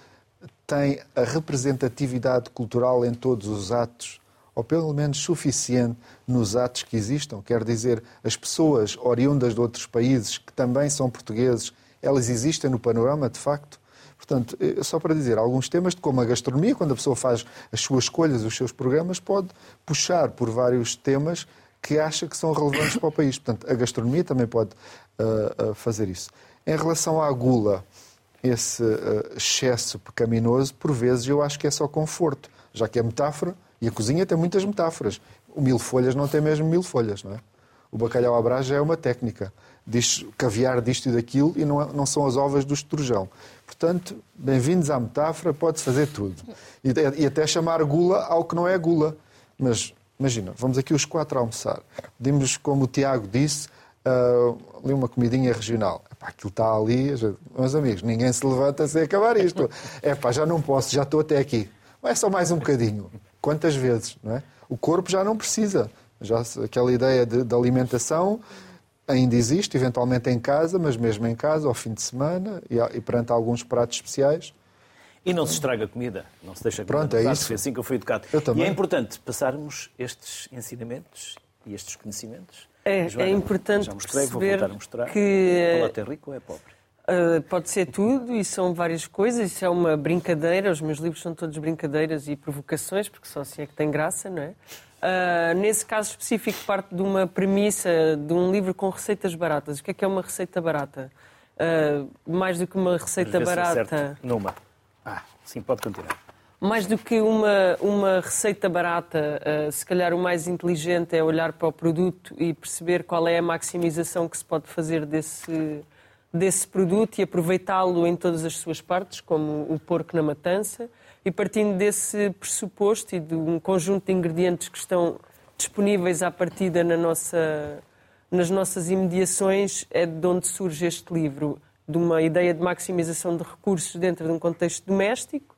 tem a representatividade cultural em todos os atos, ou pelo menos suficiente nos atos que existam. Quer dizer, as pessoas oriundas de outros países, que também são portugueses, elas existem no panorama, de facto. Portanto, só para dizer, alguns temas, como a gastronomia, quando a pessoa faz as suas escolhas, os seus programas, pode puxar por vários temas que acha que são relevantes para o país. Portanto, a gastronomia também pode uh, uh, fazer isso. Em relação à gula, esse uh, excesso pecaminoso, por vezes eu acho que é só conforto, já que é metáfora, e a cozinha tem muitas metáforas. O mil folhas não tem mesmo mil folhas, não é? O bacalhau à Brás já é uma técnica. Diz caviar disto e daquilo e não, não são as ovas do esturjão. Portanto, bem-vindos à metáfora, pode-se fazer tudo. E, e até chamar gula ao que não é gula. Mas, imagina, vamos aqui os quatro a almoçar. Pedimos, como o Tiago disse, uh, ali uma comidinha regional. Epá, aquilo está ali, já, meus amigos, ninguém se levanta sem acabar isto. Epá, já não posso, já estou até aqui. Mas é só mais um bocadinho. Quantas vezes, não é? O corpo já não precisa. Já, aquela ideia de, de alimentação ainda existe, eventualmente em casa, mas mesmo em casa, ao fim de semana, e, e perante alguns pratos especiais. E não se estraga a comida, não se deixa a comida. Pronto, é isso. Foi assim que eu fui educado. Eu também. E é importante passarmos estes ensinamentos e estes conhecimentos. É, Joana, é importante já mostrei, vou perceber voltar a mostrar. que O palato é rico ou é pobre? Uh, pode ser tudo e são várias coisas. Isso é uma brincadeira. Os meus livros são todos brincadeiras e provocações, porque só assim é que tem graça, não é? Uh, nesse caso específico, parte de uma premissa de um livro com receitas baratas. O que é que é uma receita barata? Uh, mais do que uma receita barata... Numa. Ah, sim, pode continuar. Mais do que uma, uma receita barata, uh, se calhar o mais inteligente é olhar para o produto e perceber qual é a maximização que se pode fazer desse, desse produto e aproveitá-lo em todas as suas partes, como o porco na matança. E partindo desse pressuposto e de um conjunto de ingredientes que estão disponíveis à partida na nossa, nas nossas imediações, é de onde surge este livro, de uma ideia de maximização de recursos dentro de um contexto doméstico,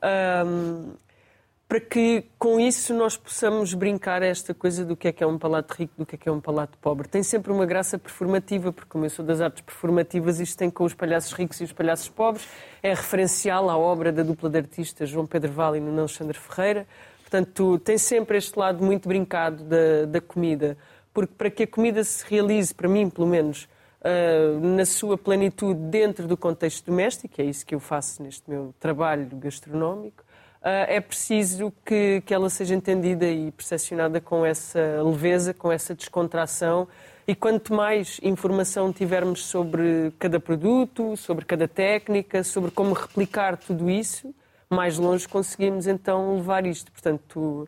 um, para que com isso nós possamos brincar esta coisa do que é que é um palato rico, do que é que é um palato pobre. Tem sempre uma graça performativa, porque como eu sou das artes performativas, isto tem com os palhaços ricos e os palhaços pobres, é referencial à obra da dupla de artistas João Pedro Vale e Nuno Alexandre Ferreira. Portanto, tem sempre este lado muito brincado da, da comida, porque para que a comida se realize, para mim pelo menos, uh, na sua plenitude dentro do contexto doméstico, é isso que eu faço neste meu trabalho gastronómico, Uh, é preciso que, que ela seja entendida e percepcionada com essa leveza, com essa descontração. E quanto mais informação tivermos sobre cada produto, sobre cada técnica, sobre como replicar tudo isso, mais longe conseguimos então levar isto. Portanto,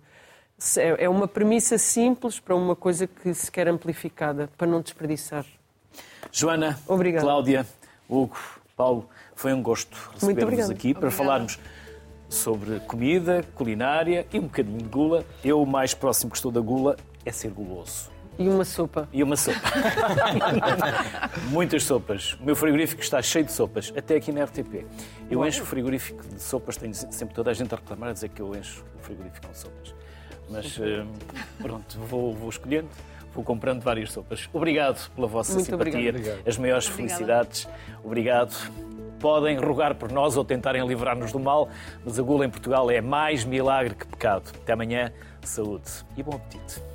é uma premissa simples para uma coisa que se quer amplificada, para não desperdiçar. Joana, Obrigada. Cláudia, Hugo, Paulo, foi um gosto receber-vos aqui para Obrigada. falarmos sobre comida, culinária e um bocadinho de gula. Eu, o mais próximo que estou da gula é ser guloso. E uma sopa. E uma sopa. Muitas sopas. O meu frigorífico está cheio de sopas, até aqui na R T P. Eu Uau. encho o frigorífico de sopas, tenho sempre toda a gente a reclamar, a dizer que eu encho o frigorífico com sopas. Mas pronto, vou, vou escolhendo, vou comprando várias sopas. Obrigado pela vossa Muito simpatia, obrigado. as maiores Obrigada. felicidades. Obrigado. Podem rogar por nós ou tentarem livrar-nos do mal, mas a gula em Portugal é mais milagre que pecado. Até amanhã, saúde e bom apetite.